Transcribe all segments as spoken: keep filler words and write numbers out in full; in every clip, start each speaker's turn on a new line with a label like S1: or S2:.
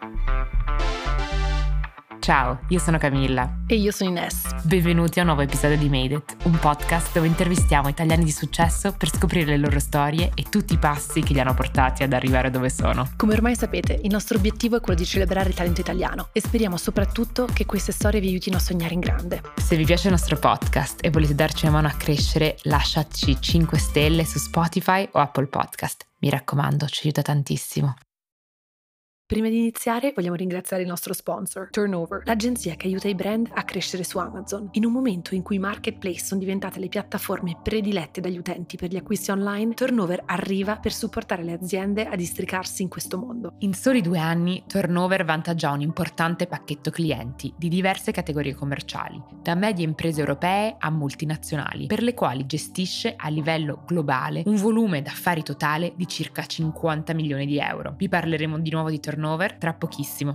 S1: Ciao, io sono Camilla.
S2: E io sono Ines.
S1: Benvenuti a un nuovo episodio di Made It, un podcast dove intervistiamo italiani di successo per scoprire le loro storie e tutti i passi che li hanno portati ad arrivare dove sono.
S2: Come ormai sapete, il nostro obiettivo è quello di celebrare il talento italiano e speriamo soprattutto che queste storie vi aiutino a sognare in grande.
S1: Se vi piace il nostro podcast e volete darci una mano a crescere, lasciateci cinque stelle su Spotify o Apple Podcast. Mi raccomando, ci aiuta tantissimo.
S2: Prima di iniziare vogliamo ringraziare il nostro sponsor, Turnover, l'agenzia che aiuta i brand a crescere su Amazon. In un momento in cui i marketplace sono diventate le piattaforme predilette dagli utenti per gli acquisti online, Turnover arriva per supportare le aziende a districarsi in questo mondo.
S1: In soli due anni, Turnover vanta già un importante pacchetto clienti di diverse categorie commerciali, da medie imprese europee a multinazionali, per le quali gestisce a livello globale un volume d'affari totale di circa cinquanta milioni di euro. Vi parleremo di nuovo di Turnover tra pochissimo.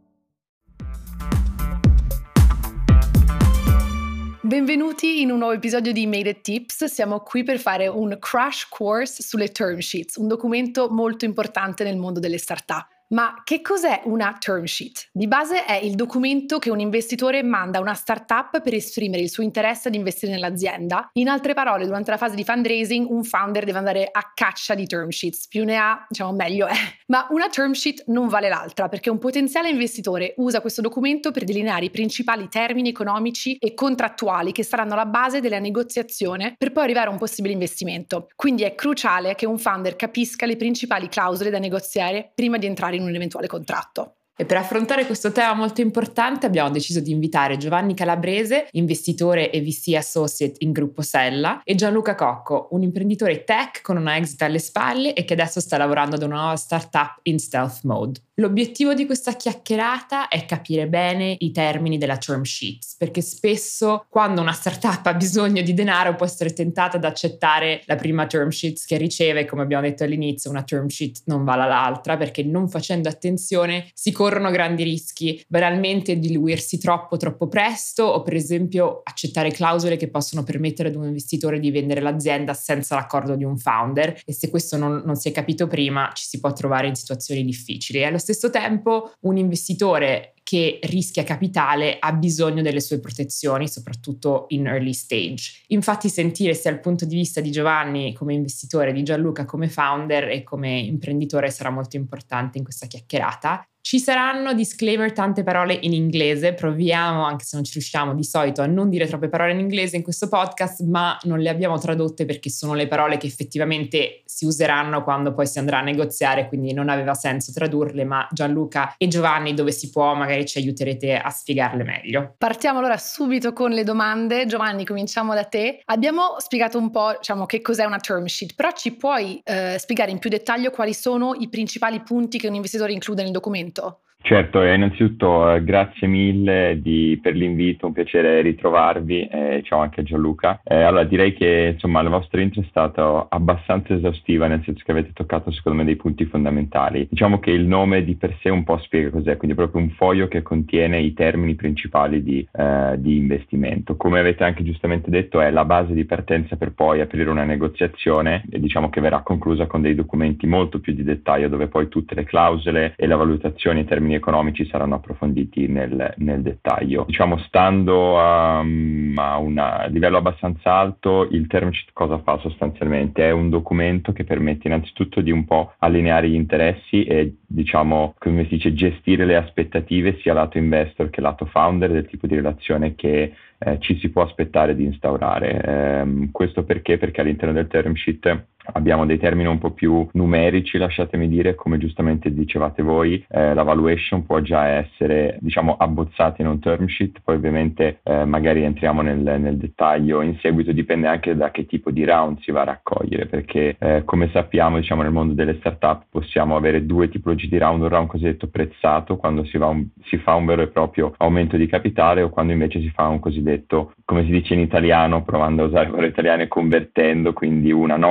S2: Benvenuti in un nuovo episodio di Made It Tips. Siamo qui per fare un crash course sulle term sheets, un documento molto importante nel mondo delle startup. Ma che cos'è una term sheet? Di base è il documento che un investitore manda a una startup per esprimere il suo interesse ad investire nell'azienda. In altre parole, durante la fase di fundraising, un founder deve andare a caccia di term sheets. Più ne ha, diciamo, meglio è. Ma una term sheet non vale l'altra, perché un potenziale investitore usa questo documento per delineare i principali termini economici e contrattuali che saranno la base della negoziazione per poi arrivare a un possibile investimento. Quindi è cruciale che un founder capisca le principali clausole da negoziare prima di entrare in un eventuale contratto.
S1: E per affrontare questo tema molto importante abbiamo deciso di invitare Giovanni Calabrese, investitore e V C Associate in Gruppo Sella, e Gianluca Cocco, un imprenditore tech con una exit alle spalle e che adesso sta lavorando ad una nuova startup in stealth mode. L'obiettivo di questa chiacchierata è capire bene i termini della term sheets, perché spesso quando una startup ha bisogno di denaro può essere tentata ad accettare la prima term sheet che riceve. Come abbiamo detto all'inizio, una term sheet non vale l'altra, perché non facendo attenzione si corrono grandi rischi, banalmente diluirsi troppo troppo presto, o per esempio accettare clausole che possono permettere ad un investitore di vendere l'azienda senza l'accordo di un founder, e se questo non, non si è capito prima ci si può trovare in situazioni difficili. E allo stesso tempo un investitore che rischia capitale ha bisogno delle sue protezioni, soprattutto in early stage. Infatti sentire sia il punto di vista di Giovanni come investitore, di Gianluca come founder e come imprenditore sarà molto importante in questa chiacchierata. Ci saranno disclaimer, tante parole in inglese, proviamo, anche se non ci riusciamo di solito, a non dire troppe parole in inglese in questo podcast, ma non le abbiamo tradotte perché sono le parole che effettivamente si useranno quando poi si andrà a negoziare, quindi non aveva senso tradurle, ma Gianluca e Giovanni, dove si può, magari ci aiuterete a spiegarle meglio.
S2: Partiamo allora subito con le domande. Giovanni, cominciamo da te. Abbiamo spiegato un po', diciamo, che cos'è una term sheet, però ci puoi eh, spiegare in più dettaglio quali sono i principali punti che un investitore include nel documento?
S3: Certo, e innanzitutto eh, grazie mille di, per l'invito, un piacere ritrovarvi, eh, ciao anche a Gianluca. Eh, allora direi che insomma la vostra intro è stata abbastanza esaustiva, nel senso che avete toccato secondo me dei punti fondamentali. Diciamo che il nome di per sé un po' spiega cos'è, quindi è proprio un foglio che contiene i termini principali di, eh, di investimento. Come avete anche giustamente detto, è la base di partenza per poi aprire una negoziazione, e diciamo che verrà conclusa con dei documenti molto più di dettaglio, dove poi tutte le clausole e la valutazione in termini economici saranno approfonditi nel, nel dettaglio. Diciamo, stando a, a un livello abbastanza alto, il term sheet cosa fa sostanzialmente? È un documento che permette innanzitutto di un po' allineare gli interessi e, diciamo, come si dice, gestire le aspettative sia lato investor che lato founder del tipo di relazione che eh, ci si può aspettare di instaurare. Eh, questo perché? Perché all'interno del term sheet abbiamo dei termini un po' più numerici, lasciatemi dire, come giustamente dicevate voi, eh, la valuation può già essere, diciamo, abbozzata in un term sheet, poi ovviamente eh, magari entriamo nel, nel dettaglio in seguito, dipende anche da che tipo di round si va a raccogliere, perché eh, come sappiamo, diciamo, nel mondo delle startup possiamo avere due tipologie di round, un round cosiddetto prezzato, quando si, va un, si fa un vero e proprio aumento di capitale, o quando invece si fa un cosiddetto, come si dice in italiano, provando a usare quello italiano, convertendo, quindi una nota convertente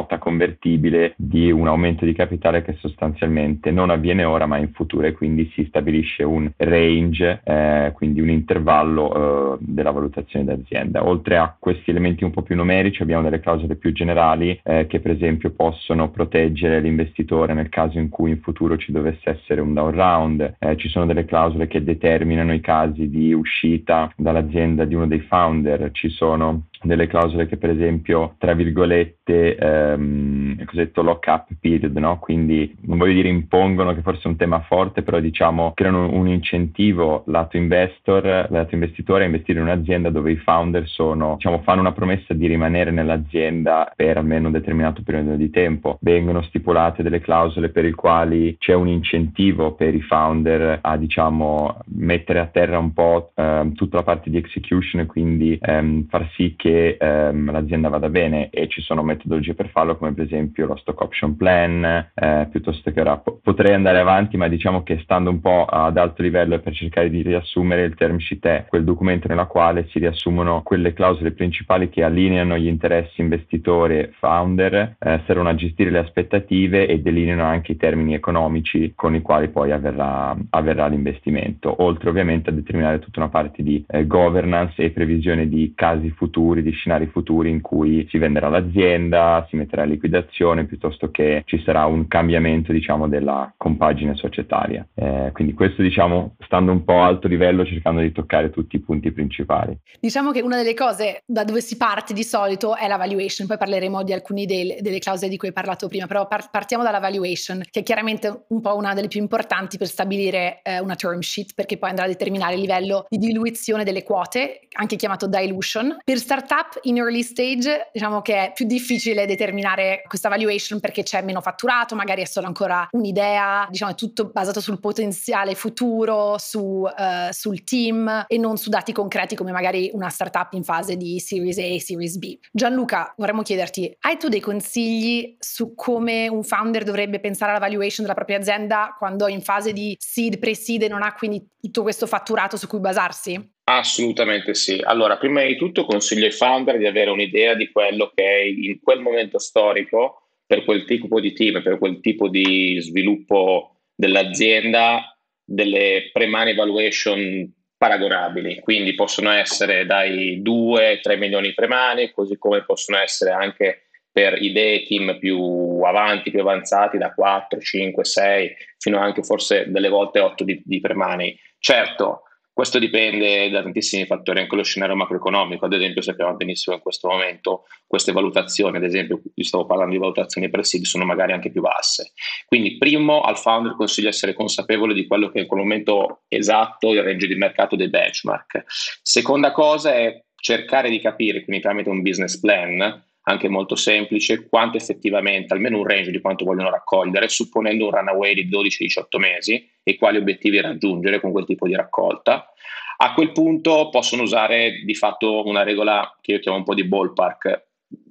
S3: convertibile di un aumento di capitale che sostanzialmente non avviene ora ma in futuro, e quindi si stabilisce un range, eh, quindi un intervallo eh, della valutazione d'azienda. Oltre a questi elementi un po' più numerici abbiamo delle clausole più generali eh, che per esempio possono proteggere l'investitore nel caso in cui in futuro ci dovesse essere un down round. Eh, ci sono delle clausole che determinano i casi di uscita dall'azienda di uno dei founder, ci sono delle clausole che per esempio, tra virgolette, ehm, il cosiddetto lock-up period, no? Quindi non voglio dire impongono, che forse è un tema forte, però diciamo creano un incentivo lato investor, lato investitore a investire in un'azienda dove i founder sono, diciamo, fanno una promessa di rimanere nell'azienda per almeno un determinato periodo di tempo. Vengono stipulate delle clausole per il quali c'è un incentivo per i founder a, diciamo, mettere a terra un po' ehm, tutta la parte di execution, quindi ehm, far sì che ehm, l'azienda vada bene, e ci sono metodologie per farlo, come per esempio lo stock option plan, eh, piuttosto che ora po- potrei andare avanti, ma diciamo che stando un po' ad alto livello e per cercare di riassumere, il term sheet è quel documento nella quale si riassumono quelle clausole principali che allineano gli interessi investitore e founder, eh, servono a gestire le aspettative e delineano anche i termini economici con i quali poi avverrà, avverrà l'investimento, oltre ovviamente a determinare tutta una parte di eh, governance e previsione di casi futuri, di scenari futuri in cui si venderà l'azienda, si metterà in liquidazione, piuttosto che ci sarà un cambiamento, diciamo, della compagine societaria. Eh, quindi questo, diciamo, stando un po' a alto livello, cercando di toccare tutti i punti principali.
S2: Diciamo che una delle cose da dove si parte di solito è la valuation, poi parleremo di alcuni dei, delle clausole di cui hai parlato prima, però par- partiamo dalla valuation, che è chiaramente un po' una delle più importanti per stabilire eh, una term sheet, perché poi andrà a determinare il livello di diluizione delle quote, anche chiamato dilution. Per startup in early stage diciamo che è più difficile determinare questa valuation perché c'è meno fatturato, magari è solo ancora un'idea, diciamo è tutto basato sul potenziale futuro, su, uh, sul team e non su dati concreti come magari una startup in fase di Series A, Series B. Gianluca, vorremmo chiederti, hai tu dei consigli su come un founder dovrebbe pensare alla valuation della propria azienda quando è in fase di seed, pre-seed e non ha quindi tutto questo fatturato su cui basarsi?
S4: Assolutamente sì. Allora, prima di tutto consiglio ai founder di avere un'idea di quello che è in quel momento storico, per quel tipo di team, per quel tipo di sviluppo dell'azienda, delle pre-money valuation paragonabili. Quindi possono essere dai due tre milioni pre-money, così come possono essere anche per idee team più avanti, più avanzati, da quattro, cinque, sei, fino anche forse delle volte otto di, di pre-money. Certo, questo dipende da tantissimi fattori, anche lo scenario macroeconomico. Ad esempio, sappiamo benissimo in questo momento queste valutazioni, ad esempio io stavo parlando di valutazioni pre-seed, sono magari anche più basse. Quindi primo, al founder consiglio di essere consapevole di quello che è in quel momento esatto il range di mercato dei benchmark. Seconda cosa è cercare di capire, quindi tramite un business plan, anche molto semplice, quanto effettivamente, almeno un range di quanto vogliono raccogliere, supponendo un runaway di dodici diciotto mesi, e quali obiettivi raggiungere con quel tipo di raccolta. A quel punto possono usare di fatto una regola che io chiamo un po' di ballpark.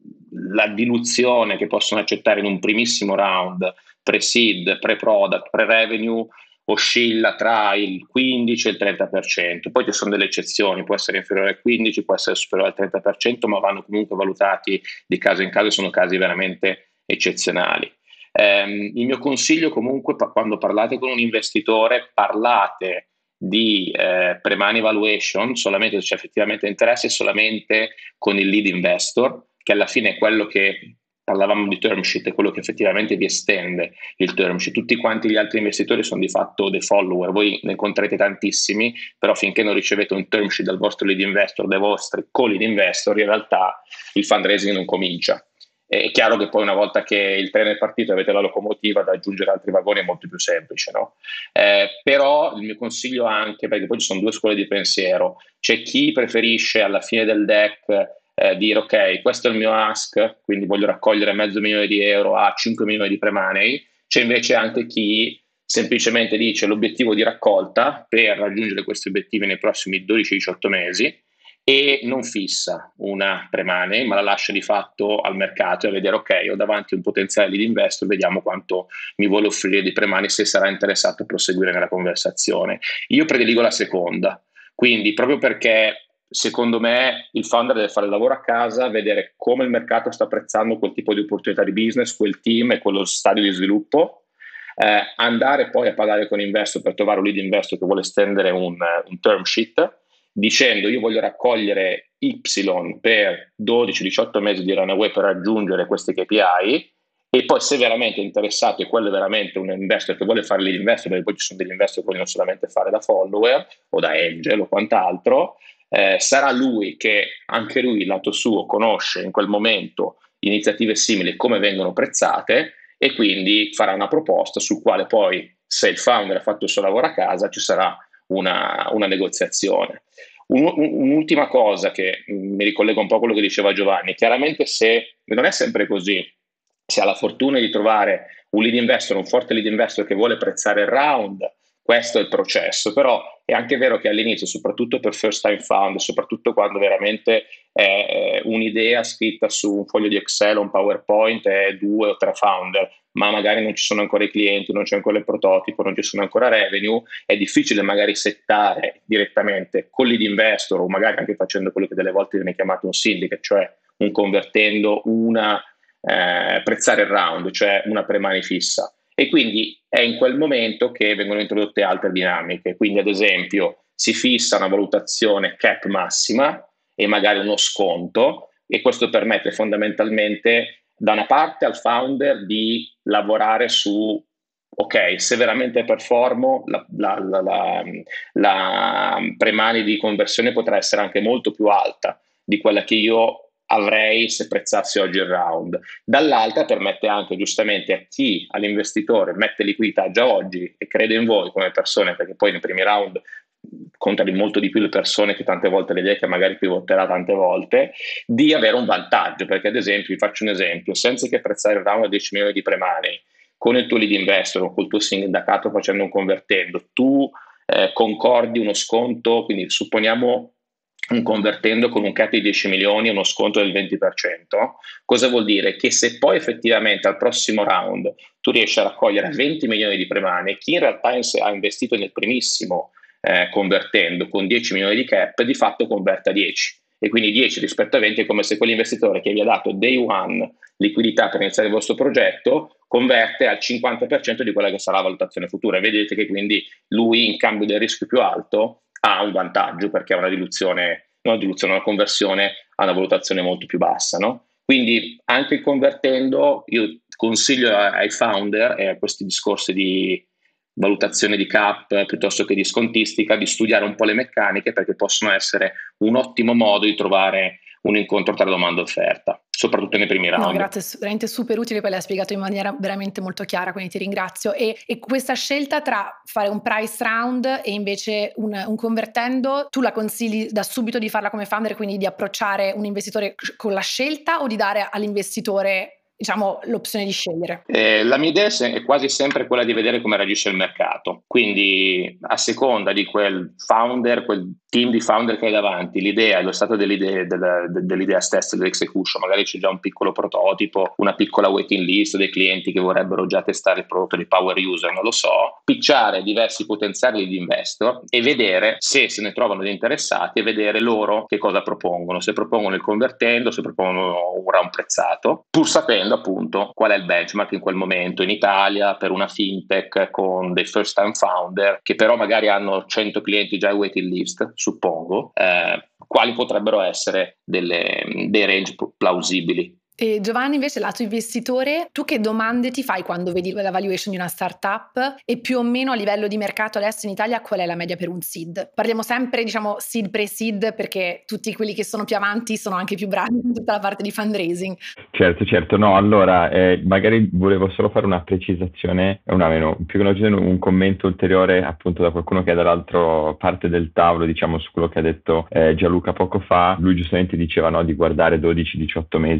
S4: La diluzione che possono accettare in un primissimo round, pre-seed, pre-product, pre-revenue, oscilla tra il quindici e il trenta per cento. Poi ci sono delle eccezioni, può essere inferiore al quindici, può essere superiore al trenta per cento, ma vanno comunque valutati di caso in caso, sono casi veramente eccezionali. Eh, il mio consiglio comunque, quando parlate con un investitore, parlate di eh, pre-money valuation solamente se c'è effettivamente interesse, solamente con il lead investor, che alla fine è quello che parlavamo di term sheet, è quello che effettivamente vi estende il term sheet. Tutti quanti gli altri investitori sono di fatto dei follower, voi ne incontrate tantissimi, però finché non ricevete un term sheet dal vostro lead investor, dai vostri co-lead investor, in realtà il fundraising non comincia. È chiaro che poi una volta che il treno è partito e avete la locomotiva, da aggiungere altri vagoni è molto più semplice, no? Eh, però il mio consiglio anche, perché poi ci sono due scuole di pensiero, c'è chi preferisce alla fine del deck eh, dire ok, questo è il mio ask, quindi voglio raccogliere mezzo milione di euro a cinque milioni di pre-money, c'è invece anche chi semplicemente dice l'obiettivo di raccolta per raggiungere questi obiettivi nei prossimi dodici diciotto mesi, e non fissa una pre-money, ma la lascia di fatto al mercato e a vedere ok, ho davanti un potenziale lead investor, vediamo quanto mi vuole offrire di pre-money, se sarà interessato a proseguire nella conversazione. Io prediligo la seconda, quindi proprio perché secondo me il founder deve fare il lavoro a casa, vedere come il mercato sta apprezzando quel tipo di opportunità di business, quel team e quello stadio di sviluppo, eh, andare poi a parlare con investor per trovare un lead investor che vuole stendere un, un term sheet, dicendo io voglio raccogliere Y per dodici diciotto mesi di runway per raggiungere questi K P I, e poi se veramente è interessato e quello è veramente un investor che vuole fare l'investor, perché poi ci sono degli investor che vogliono solamente fare da follower o da angel o quant'altro, eh, sarà lui che anche lui, lato suo, conosce in quel momento iniziative simili, come vengono prezzate, e quindi farà una proposta sul quale poi, se il founder ha fatto il suo lavoro a casa, ci sarà una, una negoziazione. Un, un, un'ultima cosa che mh, mi ricollega un po' a quello che diceva Giovanni, chiaramente se non è sempre così, se ha la fortuna di trovare un lead investor, un forte lead investor che vuole prezzare il round, questo è il processo. Però è anche vero che all'inizio, soprattutto per first time founder, soprattutto quando veramente è un'idea scritta su un foglio di Excel o un PowerPoint e due o tre founder, ma magari non ci sono ancora i clienti, non c'è ancora il prototipo, non ci sono ancora revenue, è difficile magari settare direttamente con lead investor, o magari anche facendo quello che delle volte viene chiamato un syndicate, cioè un convertendo, una eh, prezzare il round, cioè una pre-money fissa. E quindi è in quel momento che vengono introdotte altre dinamiche. Quindi ad esempio si fissa una valutazione cap massima e magari uno sconto, e questo permette fondamentalmente da una parte al founder di lavorare su ok, se veramente performo la, la, la, la, la pre-money di conversione potrà essere anche molto più alta di quella che io avrei se prezzassi oggi il round. Dall'altra permette anche giustamente a chi, all'investitore, mette liquidità già oggi e crede in voi come persone, perché poi nei primi round contano molto di più le persone che tante volte le idee, che magari pivotterà tante volte, di avere un vantaggio. Perché ad esempio, vi faccio un esempio, senza che prezzare il round a dieci milioni di pre-money, con il tuo lead investor o col tuo sindacato facendo un convertendo, tu eh, concordi uno sconto, quindi supponiamo un convertendo con un cap di dieci milioni e uno sconto del venti per cento, cosa vuol dire? Che se poi effettivamente al prossimo round tu riesci a raccogliere venti milioni di pre-money, chi in realtà ha investito nel primissimo eh, convertendo con dieci milioni di cap, di fatto converte a dieci, e quindi dieci rispetto a venti è come se quell'investitore che vi ha dato day one liquidità per iniziare il vostro progetto converte al cinquanta per cento di quella che sarà la valutazione futura, e vedete che quindi lui, in cambio del rischio più alto, ha un vantaggio, perché ha una diluzione, non una diluzione, una conversione a una valutazione molto più bassa, no? Quindi anche convertendo, io consiglio ai founder e a questi discorsi di valutazione di cap piuttosto che di scontistica di studiare un po' le meccaniche, perché possono essere un ottimo modo di trovare un incontro tra domanda e offerta, soprattutto nei primi round.
S2: No, grazie, veramente super utile, poi l'hai spiegato in maniera veramente molto chiara, quindi ti ringrazio. E, e questa scelta tra fare un price round e invece un, un convertendo, tu la consigli da subito di farla come founder, quindi di approcciare un investitore con la scelta, o di dare all'investitore, diciamo, l'opzione di scegliere?
S4: Eh, la mia idea è quasi sempre quella di vedere come reagisce il mercato, quindi a seconda di quel founder, quel team di founder che hai davanti, l'idea, lo stato dell'idea, della, dell'idea stessa, dell'execution, magari c'è già un piccolo prototipo, una piccola waiting list dei clienti che vorrebbero già testare il prodotto di power user, non lo so, pitchare diversi potenziali di investor e vedere se se ne trovano degli interessati, e vedere loro che cosa propongono, se propongono il convertendo, se propongono un round prezzato, pur sapendo appunto qual è il benchmark in quel momento in Italia per una fintech con dei first time founder che però magari hanno cento clienti già in waiting list, suppongo, eh, quali potrebbero essere delle, dei range plausibili.
S2: E Giovanni, invece, lato investitore, tu che domande ti fai quando vedi la valuation di una startup, e più o meno a livello di mercato adesso in Italia qual è la media per un seed? Parliamo sempre, diciamo, seed pre-seed, perché tutti quelli che sono più avanti sono anche più bravi in tutta la parte di fundraising.
S3: Certo, certo. No, allora, eh, magari volevo solo fare una precisazione, una meno, più che una, un commento ulteriore appunto da qualcuno che è dall'altra parte del tavolo, diciamo, su quello che ha detto eh, Gianluca poco fa. Lui giustamente diceva, no, di guardare dodici diciotto mesi in futuro.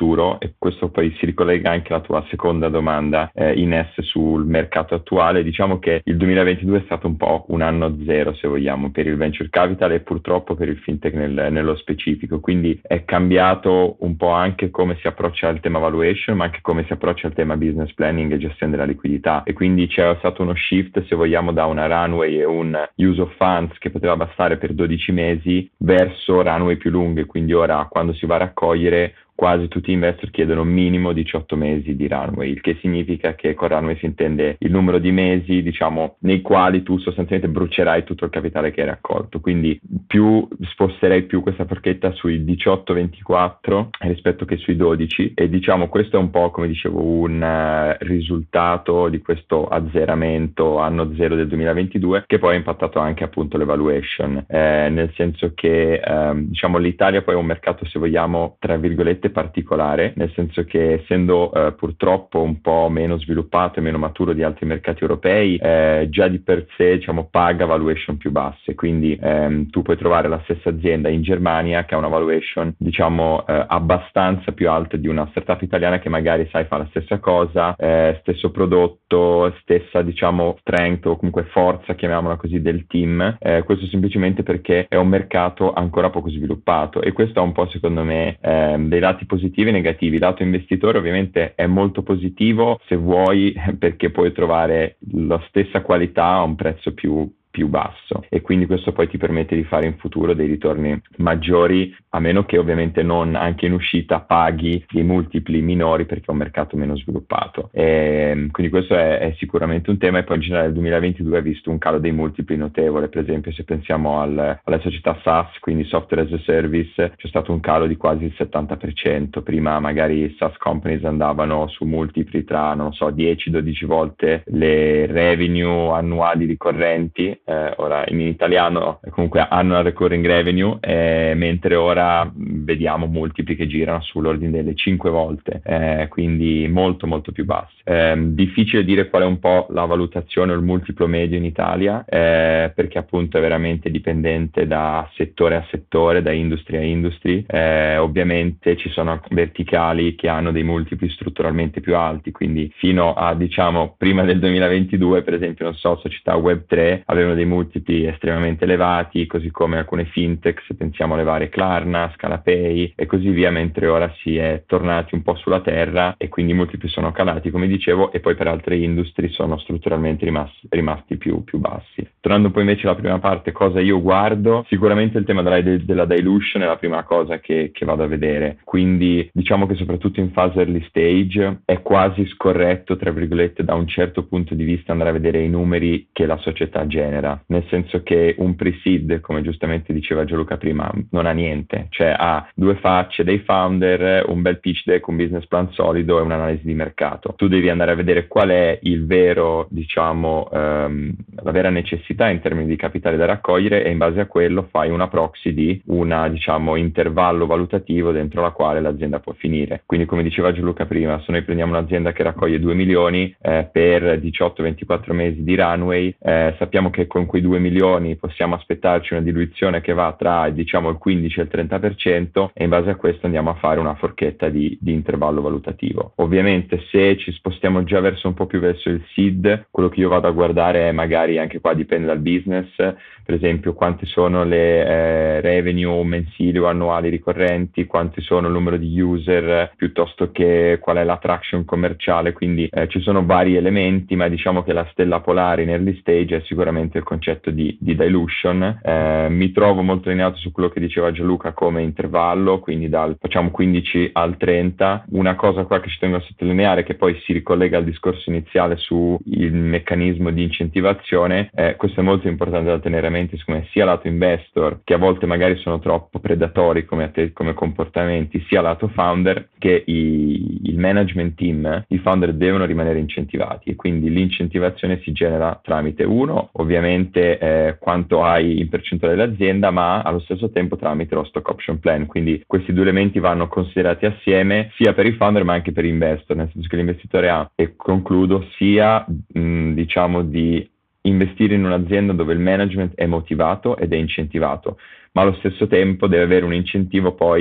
S3: futuro, e questo poi si ricollega anche alla tua seconda domanda, eh, Ines, sul mercato attuale. Diciamo che il duemilaventidue è stato un po' un anno zero, se vogliamo, per il venture capital e purtroppo per il fintech nel, nello specifico, quindi è cambiato un po' anche come si approccia al tema valuation, ma anche come si approccia al tema business planning e gestione della liquidità, e quindi c'è stato uno shift, se vogliamo, da una runway e un use of funds che poteva bastare per dodici mesi verso runway più lunghe, quindi ora quando si va a raccogliere quasi tutti gli investor chiedono minimo diciotto mesi di runway, il che significa che con runway si intende il numero di mesi, diciamo, nei quali tu sostanzialmente brucerai tutto il capitale che hai raccolto. Quindi più sposterei più questa forchetta sui diciotto ventiquattro rispetto che sui dodici, e diciamo questo è un po', come dicevo, un uh, risultato di questo azzeramento anno zero del duemilaventidue, che poi ha impattato anche appunto l'evaluation, eh, nel senso che ehm, diciamo l'Italia poi è un mercato, se vogliamo, tra virgolette particolare, nel senso che essendo eh, purtroppo un po' meno sviluppato e meno maturo di altri mercati europei, eh, già di per sé, diciamo, paga valuation più basse, quindi ehm, tu puoi trovare la stessa azienda in Germania che ha una valuation, diciamo, eh, abbastanza più alta di una startup italiana che magari, sai, fa la stessa cosa, eh, stesso prodotto, stessa, diciamo, strength o comunque forza, chiamiamola così, del team, eh, questo semplicemente perché è un mercato ancora poco sviluppato, e questo ha un po', secondo me, ehm, dei lati positivi e negativi. Lato investitore ovviamente è molto positivo, se vuoi, perché puoi trovare la stessa qualità a un prezzo più più basso, e quindi questo poi ti permette di fare in futuro dei ritorni maggiori, a meno che ovviamente non anche in uscita paghi dei multipli minori perché è un mercato meno sviluppato. E quindi questo è, è sicuramente un tema, e poi in generale il duemilaventidue ha visto un calo dei multipli notevole. Per esempio, se pensiamo al, alle società SaaS, quindi software as a service, c'è stato un calo di quasi il settanta per cento. Prima magari SaaS companies andavano su multipli tra, non so, dieci dodici volte le revenue annuali ricorrenti, Eh, ora in italiano comunque annual recurring revenue, eh, mentre ora vediamo multipli che girano sull'ordine delle cinque volte, eh, quindi molto molto più bassi. Eh, difficile dire qual è un po' la valutazione o il multiplo medio in Italia, eh, perché appunto è veramente dipendente da settore a settore, da industria a industry. Eh, ovviamente ci sono verticali che hanno dei multipli strutturalmente più alti, quindi fino a, diciamo, prima del duemilaventidue, per esempio, non so, società web tre avevano dei multipli estremamente elevati, così come alcune fintech, se pensiamo alle varie Klarna, Scalapay e così via, mentre ora si è tornati un po' sulla terra e quindi i multipli sono calati, come dicevo, e poi per altre industrie sono strutturalmente rimasti, rimasti più, più bassi. Tornando poi invece alla prima parte, cosa io guardo, sicuramente il tema della, della dilution è la prima cosa che, che vado a vedere, quindi diciamo che soprattutto in fase early stage è quasi scorretto, tra virgolette, da un certo punto di vista andare a vedere i numeri che la società genera, nel senso che un pre-seed, come giustamente diceva Gianluca prima, non ha niente, cioè ha due facce dei founder, un bel pitch deck, un business plan solido e un'analisi di mercato. Tu devi andare a vedere qual è il vero, diciamo, ehm, la vera necessità in termini di capitale da raccogliere, e in base a quello fai una proxy di una, diciamo, intervallo valutativo dentro la quale l'azienda può finire. Quindi, come diceva Gianluca prima, se noi prendiamo un'azienda che raccoglie due milioni eh, per diciotto ventiquattro mesi di runway, eh, sappiamo che con quei due milioni possiamo aspettarci una diluizione che va tra, diciamo, il quindici e il trenta per cento, e in base a questo andiamo a fare una forchetta di, di intervallo valutativo. Ovviamente se ci spostiamo già verso un po' più verso il seed, quello che io vado a guardare è, magari anche qua dipende dal business, per esempio quante sono le eh, revenue mensili o annuali ricorrenti, quanti sono il numero di user, piuttosto che qual è la traction commerciale, quindi eh, ci sono vari elementi, ma diciamo che la stella polare in early stage è sicuramente il concetto di, di dilution. Eh, mi trovo molto allineato su quello che diceva Gianluca come intervallo, quindi dal facciamo quindici al trenta. Una cosa qua che ci tengo a sottolineare, che poi si ricollega al discorso iniziale sul meccanismo di incentivazione, eh, questo è molto importante da tenere a mente, siccome sia lato investor, che a volte magari sono troppo predatori come, te, come comportamenti, sia lato founder, che i, il management team, i founder devono rimanere incentivati, e quindi l'incentivazione si genera tramite uno, ovviamente eh, quanto hai in percentuale dell'azienda, ma allo stesso tempo tramite lo stock option plan. Quindi questi due elementi vanno considerati assieme sia per i founder ma anche per l'investor, nel senso che l'investitore ha, e concludo, sia mh, diciamo di investire in un'azienda dove il management è motivato ed è incentivato, ma allo stesso tempo deve avere un incentivo poi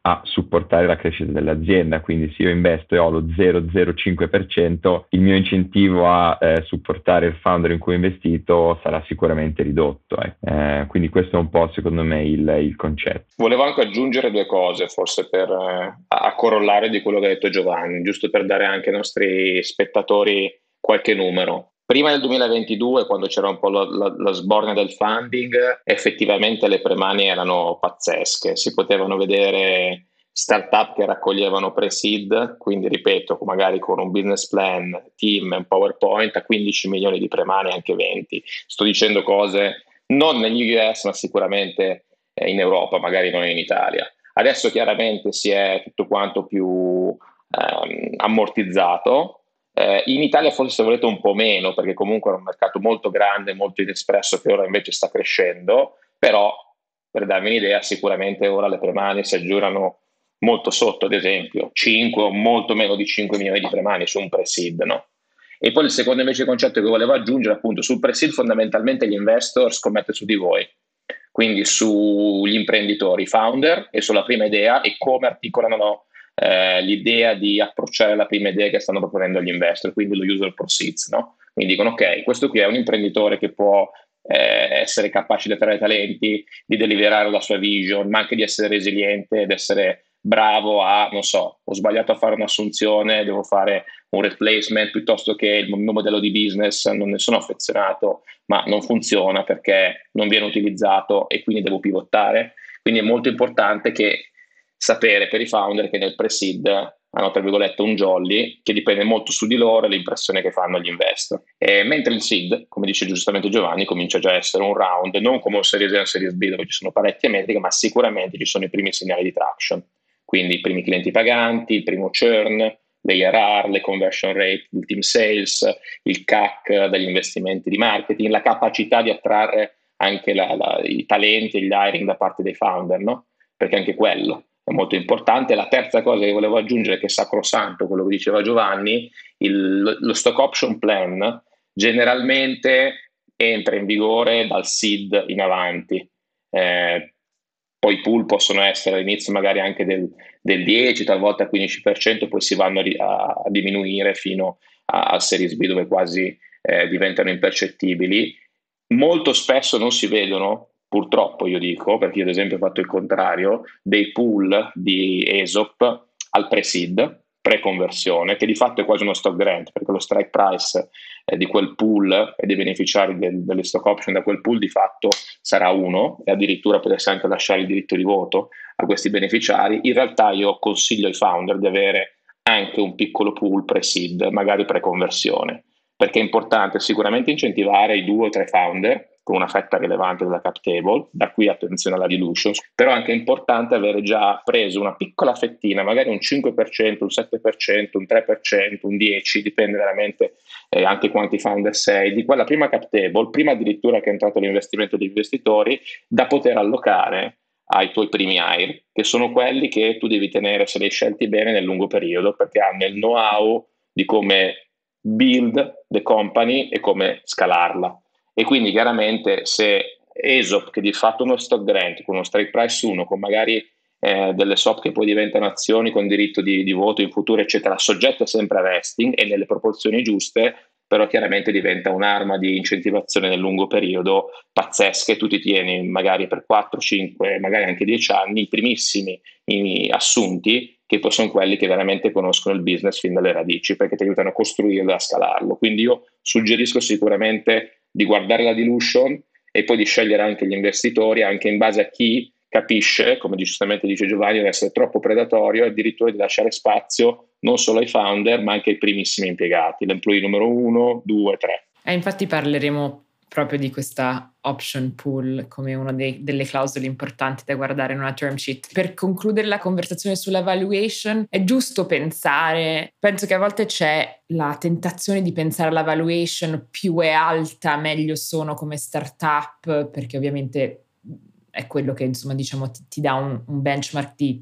S3: a supportare la crescita dell'azienda. Quindi se io investo e ho lo zero virgola zero cinque per cento, il mio incentivo a eh, supportare il founder in cui ho investito sarà sicuramente ridotto. Eh. Eh, quindi questo è un po' secondo me il, il concetto.
S4: Volevo anche aggiungere due cose, forse per eh, a corollare di quello che ha detto Giovanni, giusto per dare anche ai nostri spettatori qualche numero. Prima del duemilaventidue, quando c'era un po' la, la, la sbornia del funding, effettivamente le premanie erano pazzesche. Si potevano vedere startup che raccoglievano pre-seed, quindi ripeto, magari con un business plan, team e un PowerPoint a quindici milioni di premanie, anche venti. Sto dicendo cose non negli U S, ma sicuramente in Europa, magari non in Italia. Adesso chiaramente si è tutto quanto più ehm, ammortizzato. Eh, in Italia forse, se volete, un po' meno, perché comunque è un mercato molto grande, molto inespresso, che ora invece sta crescendo, però per darvi un'idea, sicuramente ora le premanie si aggirano molto sotto, ad esempio cinque o molto meno di cinque milioni di premanie su un pre-seed, no? E poi il secondo invece concetto che volevo aggiungere, appunto, sul pre-seed fondamentalmente gli investor scommettono su di voi, quindi sugli imprenditori, i founder, e sulla prima idea e come articolano Eh, l'idea di approcciare la prima idea che stanno proponendo agli investor, quindi lo user proceeds, no? Quindi dicono ok, questo qui è un imprenditore che può eh, essere capace di attrarre talenti, di deliberare la sua vision, ma anche di essere resiliente ed essere bravo a, non so, ho sbagliato a fare un'assunzione, devo fare un replacement, piuttosto che il mio modello di business non ne sono affezionato, ma non funziona perché non viene utilizzato e quindi devo pivottare. Quindi è molto importante che sapere per i founder che nel pre-seed hanno, tra virgolette, un jolly che dipende molto su di loro e l'impressione che fanno agli investor. E mentre il seed, come dice giustamente Giovanni, comincia già a essere un round, non come un Series A e un Series B dove ci sono parecchie metriche, ma sicuramente ci sono i primi segnali di traction. Quindi i primi clienti paganti, il primo churn, le I R R, le conversion rate, il team sales, il C A C degli investimenti di marketing, la capacità di attrarre anche la, la, i talenti e gli hiring da parte dei founder, no? Perché anche quello è molto importante. La terza cosa che volevo aggiungere, che è sacrosanto, quello che diceva Giovanni, il, lo stock option plan generalmente entra in vigore dal seed in avanti. Eh, poi i pool possono essere all'inizio magari anche del, del dieci, talvolta al quindici per cento, poi si vanno a, a diminuire fino al Series B, dove quasi eh, diventano impercettibili. Molto spesso non si vedono, purtroppo io dico, perché io ad esempio ho fatto il contrario, dei pool di E S O P al pre-seed, pre-conversione, che di fatto è quasi uno stock grant, perché lo strike price eh, di quel pool e dei beneficiari del, delle stock option da quel pool di fatto sarà uno, e addirittura potreste anche lasciare il diritto di voto a questi beneficiari. In realtà io consiglio ai founder di avere anche un piccolo pool pre-seed, magari pre-conversione, perché è importante sicuramente incentivare i due o tre founder con una fetta rilevante della cap table, da qui attenzione alla dilution, però è anche importante avere già preso una piccola fettina, magari un cinque per cento, un sette per cento, un tre per cento, un dieci per cento, dipende veramente eh, anche quanti founder sei, di quella prima cap table, prima addirittura che è entrato l'investimento degli investitori, da poter allocare ai tuoi primi hire, che sono quelli che tu devi tenere, se li hai scelti bene, nel lungo periodo, perché hanno il know-how di come build the company e come scalarla. E quindi chiaramente se E S O P, che di fatto è uno stock grant con uno strike price uno, con magari eh, delle S O P che poi diventano azioni con diritto di, di voto in futuro eccetera, soggette sempre a vesting e nelle proporzioni giuste, però chiaramente diventa un'arma di incentivazione nel lungo periodo pazzesca, e tu ti tieni magari per quattro, cinque, magari anche dieci anni i primissimi i assunti, che poi sono quelli che veramente conoscono il business fin dalle radici, perché ti aiutano a costruirlo e a scalarlo. Quindi io suggerisco sicuramente di guardare la dilution e poi di scegliere anche gli investitori anche in base a chi capisce, come giustamente dice Giovanni, di essere troppo predatorio e addirittura di lasciare spazio non solo ai founder ma anche ai primissimi impiegati, l'employee numero uno, due, tre.
S1: E infatti parleremo proprio di questa option pool come una dei, delle clausole importanti da guardare in una term sheet. Per concludere la conversazione sulla valuation, è giusto pensare, penso che a volte c'è la tentazione di pensare alla valuation più è alta, meglio sono come startup, perché ovviamente è quello che insomma diciamo ti, ti dà un, un benchmark di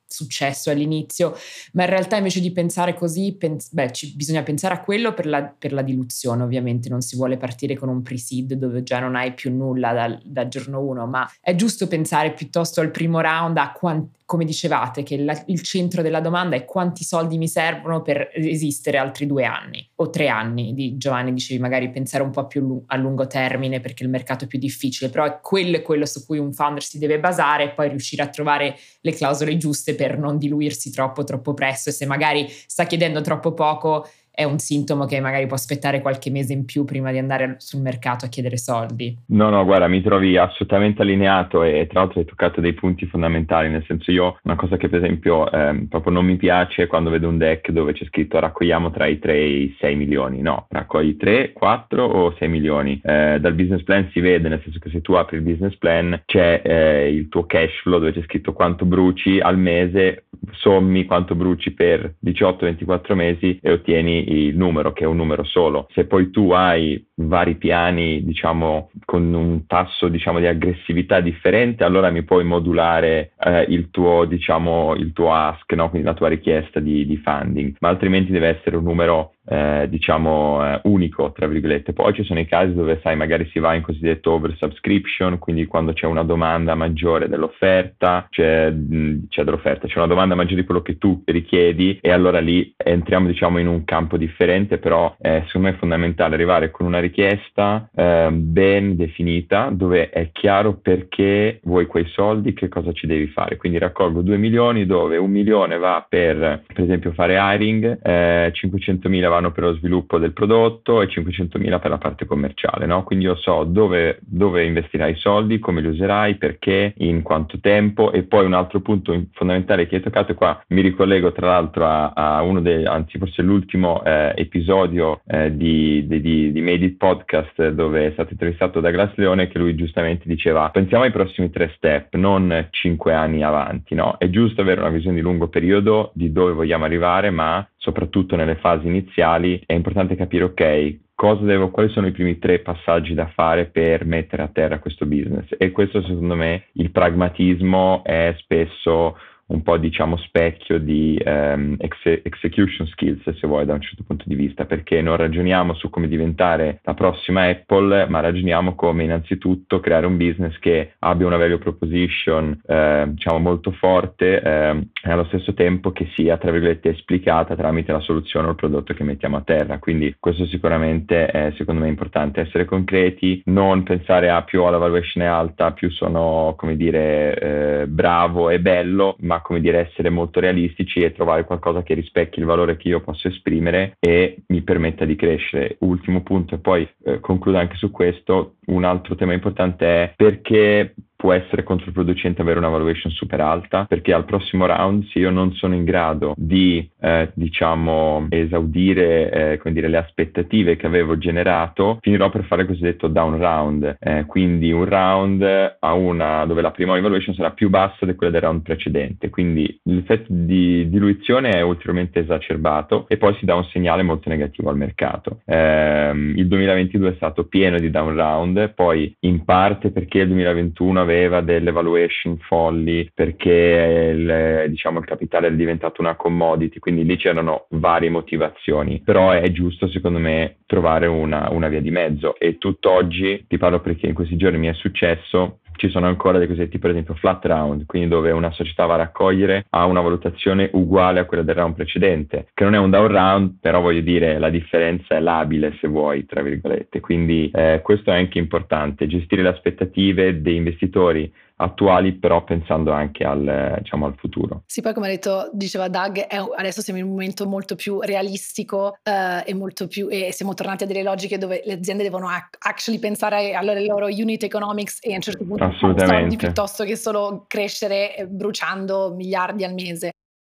S1: successo all'inizio, ma in realtà invece di pensare così, pens- beh, ci, bisogna pensare a quello per la, per la diluzione. Ovviamente non si vuole partire con un pre-seed dove già non hai più nulla dal, dal giorno uno, ma è giusto pensare piuttosto al primo round a quanti, come dicevate, che la, il centro della domanda è quanti soldi mi servono per esistere altri due anni o tre anni. Di Giovanni dicevi magari pensare un po' più a lungo termine perché il mercato è più difficile, però è quello, è quello su cui un founder si deve basare e poi riuscire a trovare le clausole giuste per non diluirsi troppo troppo presto, e se magari sta chiedendo troppo poco è un sintomo che magari può aspettare qualche mese in più prima di andare sul mercato a chiedere soldi.
S3: No, no, guarda, mi trovi assolutamente allineato e tra l'altro hai toccato dei punti fondamentali, nel senso io, una cosa che per esempio ehm, proprio non mi piace è quando vedo un deck dove c'è scritto raccogliamo tra i tre e i sei milioni, no, raccogli tre, quattro o sei milioni. Eh, dal business plan si vede, nel senso che se tu apri il business plan c'è eh, il tuo cash flow dove c'è scritto quanto bruci al mese, sommi quanto bruci per diciotto ventiquattro mesi e ottieni il numero, che è un numero solo. Se poi tu hai vari piani, diciamo, con un tasso, diciamo, di aggressività differente, allora mi puoi modulare eh, il tuo, diciamo, il tuo ask, no? Quindi la tua richiesta di, di funding, ma altrimenti deve essere un numero Eh, diciamo eh, unico, tra virgolette. Poi ci sono i casi dove, sai, magari si va in cosiddetto oversubscription, quindi quando c'è una domanda maggiore dell'offerta, c'è, mh, c'è dell'offerta, c'è una domanda maggiore di quello che tu richiedi, e allora lì entriamo, diciamo, in un campo differente, però eh, secondo me è fondamentale arrivare con una richiesta eh, ben definita, dove è chiaro perché vuoi quei soldi, che cosa ci devi fare. Quindi raccolgo due milioni dove un milione va per, per esempio, fare hiring, eh, cinquecentomila vanno per lo sviluppo del prodotto e cinquecentomila per la parte commerciale, no? Quindi io so dove, dove investirai i soldi, come li userai, perché, in quanto tempo. E poi un altro punto fondamentale che hai toccato, e qua mi ricollego tra l'altro a, a uno dei, anzi forse l'ultimo eh, episodio eh, di, di, di, di Made It Podcast, dove è stato intervistato da Glass Leone, che lui giustamente diceva pensiamo ai prossimi tre step, non cinque anni avanti, no? È giusto avere una visione di lungo periodo di dove vogliamo arrivare, ma soprattutto nelle fasi iniziali è importante capire, ok, cosa devo, quali sono i primi tre passaggi da fare per mettere a terra questo business. E questo, secondo me, il pragmatismo è spesso un po', diciamo, specchio di um, ex- execution skills, se vuoi, da un certo punto di vista, perché non ragioniamo su come diventare la prossima Apple, ma ragioniamo come innanzitutto creare un business che abbia una value proposition eh, diciamo molto forte eh, e allo stesso tempo che sia, tra virgolette, esplicata tramite la soluzione o il prodotto che mettiamo a terra. Quindi questo sicuramente è, secondo me, importante, essere concreti, non pensare a più la valuation è alta, più sono, come dire, eh, bravo e bello, ma come dire, essere molto realistici e trovare qualcosa che rispecchi il valore che io posso esprimere e mi permetta di crescere. Ultimo punto, e poi eh, concludo anche su questo, un altro tema importante è perché può essere controproducente avere una valuation super alta, perché al prossimo round, se io non sono in grado di eh, diciamo esaudire eh, come dire, le aspettative che avevo generato, finirò per fare il cosiddetto down round, eh, quindi un round a una dove la prima valuation sarà più bassa di quella del round precedente, quindi l'effetto di diluizione è ulteriormente esacerbato e poi si dà un segnale molto negativo al mercato. Eh, il duemilaventidue è stato pieno di down round, poi in parte perché il duemilaventuno aveva delle valuation folli, perché il, diciamo, il capitale era diventato una commodity, quindi lì c'erano varie motivazioni, però è giusto, secondo me, trovare una, una via di mezzo. E tutt'oggi, ti parlo perché in questi giorni mi è successo, ci sono ancora dei cosiddetti, per esempio, flat round, quindi dove una società va a raccogliere ha una valutazione uguale a quella del round precedente, che non è un down round, però voglio dire, la differenza è labile, se vuoi, tra virgolette. Quindi eh, questo è anche importante, gestire le aspettative degli investitori attuali, però pensando anche al, diciamo, al futuro.
S2: Sì, poi come ha detto, diceva Doug, è, adesso siamo in un momento molto più realistico eh, e molto più, e siamo tornati a delle logiche dove le aziende devono actually pensare alle loro unit economics e a un certo punto fare soldi piuttosto che solo crescere bruciando miliardi al mese.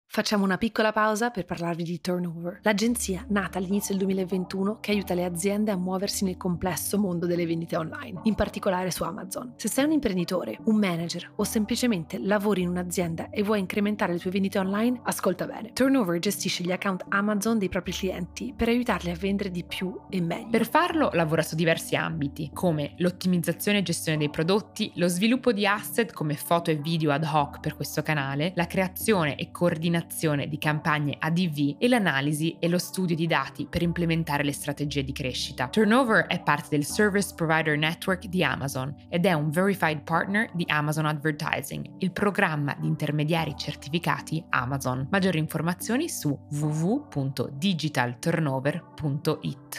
S2: Facciamo una piccola pausa per parlarvi di Turnover, l'agenzia nata all'inizio del duemilaventuno che aiuta le aziende a muoversi nel complesso mondo delle vendite online, in particolare su Amazon. Se sei un imprenditore, un manager o semplicemente lavori in un'azienda e vuoi incrementare le tue vendite online, ascolta bene. Turnover gestisce gli account Amazon dei propri clienti per aiutarli a vendere di più e meglio.
S1: Per farlo lavora su diversi ambiti, come l'ottimizzazione e gestione dei prodotti, lo sviluppo di asset come foto e video ad hoc per questo canale, la creazione e coordinazione di campagne A D V e l'analisi e lo studio di dati per implementare le strategie di crescita. Turnover è parte del Service Provider Network di Amazon ed è un Verified Partner di Amazon Advertising, il programma di intermediari certificati Amazon. Maggiori informazioni su w w w punto digital turnover punto i t.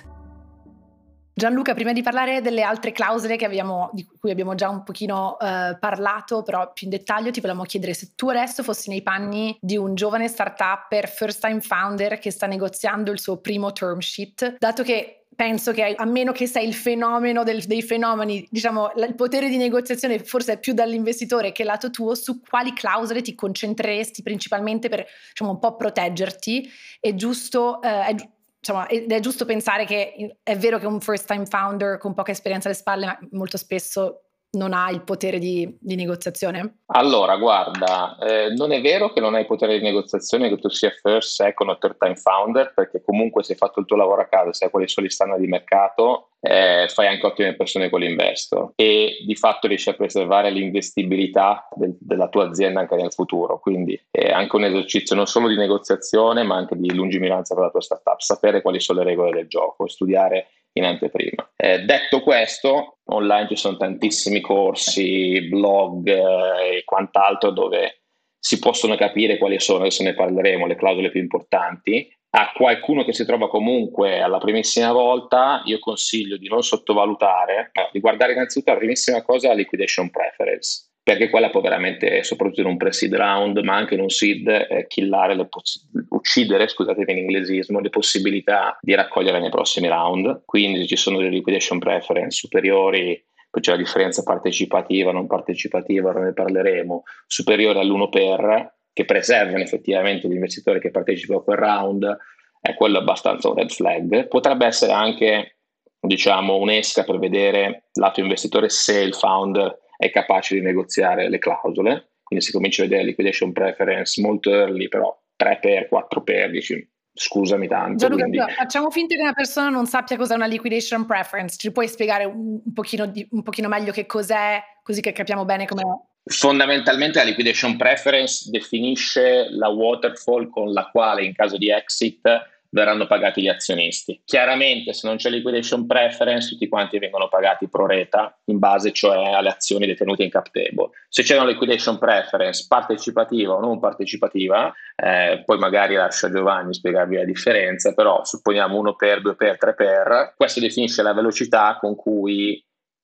S2: Gianluca, prima di parlare delle altre clausole che abbiamo, di cui abbiamo già un pochino eh, parlato, però più in dettaglio, ti volevamo chiedere se tu adesso fossi nei panni di un giovane startupper, first time founder che sta negoziando il suo primo term sheet, dato che penso che a meno che sei il fenomeno del, dei fenomeni, diciamo il potere di negoziazione forse è più dall'investitore che lato tuo, su quali clausole ti concentreresti principalmente per, diciamo, un po' proteggerti? È giusto... Eh, è, Insomma, ed è giusto pensare che è vero che un first time founder con poca esperienza alle spalle ma molto spesso non ha il potere di, di negoziazione?
S4: Allora, guarda, eh, non è vero che non hai potere di negoziazione, che tu sia first, second o third time founder, perché comunque se hai fatto il tuo lavoro a casa, sai quali sono gli standard di mercato, eh, fai anche ottime persone con l'investor e di fatto riesci a preservare l'investibilità del, della tua azienda anche nel futuro. Quindi è anche un esercizio non solo di negoziazione ma anche di lungimiranza per la tua startup, sapere quali sono le regole del gioco, studiare in anteprima. Eh, detto questo, online ci sono tantissimi corsi, blog eh, e quant'altro dove si possono capire quali sono, adesso ne parleremo, le clausole più importanti. A qualcuno che si trova comunque alla primissima volta, io consiglio di non sottovalutare, eh, di guardare innanzitutto la primissima cosa, la liquidation preference, perché quella può veramente, soprattutto in un pre-seed round, ma anche in un seed, eh, killare le poss- uccidere, scusatemi in inglesismo, le possibilità di raccogliere nei prossimi round. Quindi ci sono delle liquidation preference superiori, poi c'è la differenza partecipativa, non partecipativa, ora ne parleremo, superiore all'uno per, che preservano effettivamente l'investitore che partecipa a quel round, è quello abbastanza un red flag. Potrebbe essere anche, diciamo, un'esca per vedere lato investitore se il founder è capace di negoziare le clausole, quindi si comincia a vedere liquidation preference molto early, però tre per, quattro per, dici scusami tanto.
S2: Gianluca,
S4: quindi...
S2: facciamo finta che una persona non sappia cos'è una liquidation preference, ci puoi spiegare un, un, pochino, di, un pochino meglio che cos'è, così che capiamo bene come...
S4: Fondamentalmente la liquidation preference definisce la waterfall con la quale in caso di exit verranno pagati gli azionisti. Chiaramente se non c'è liquidation preference tutti quanti vengono pagati pro rata in base cioè alle azioni detenute in cap table. Se c'è una liquidation preference partecipativa o non partecipativa, eh, poi magari lascio a Giovanni spiegarvi la differenza, però supponiamo uno per, due per, tre per, questo definisce la velocità con cui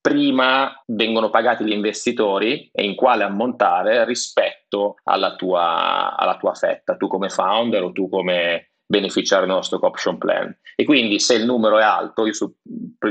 S4: prima vengono pagati gli investitori e in quale ammontare rispetto alla tua, alla tua fetta, tu come founder o tu come beneficiario del nostro option plan. E quindi se il numero è alto, io su,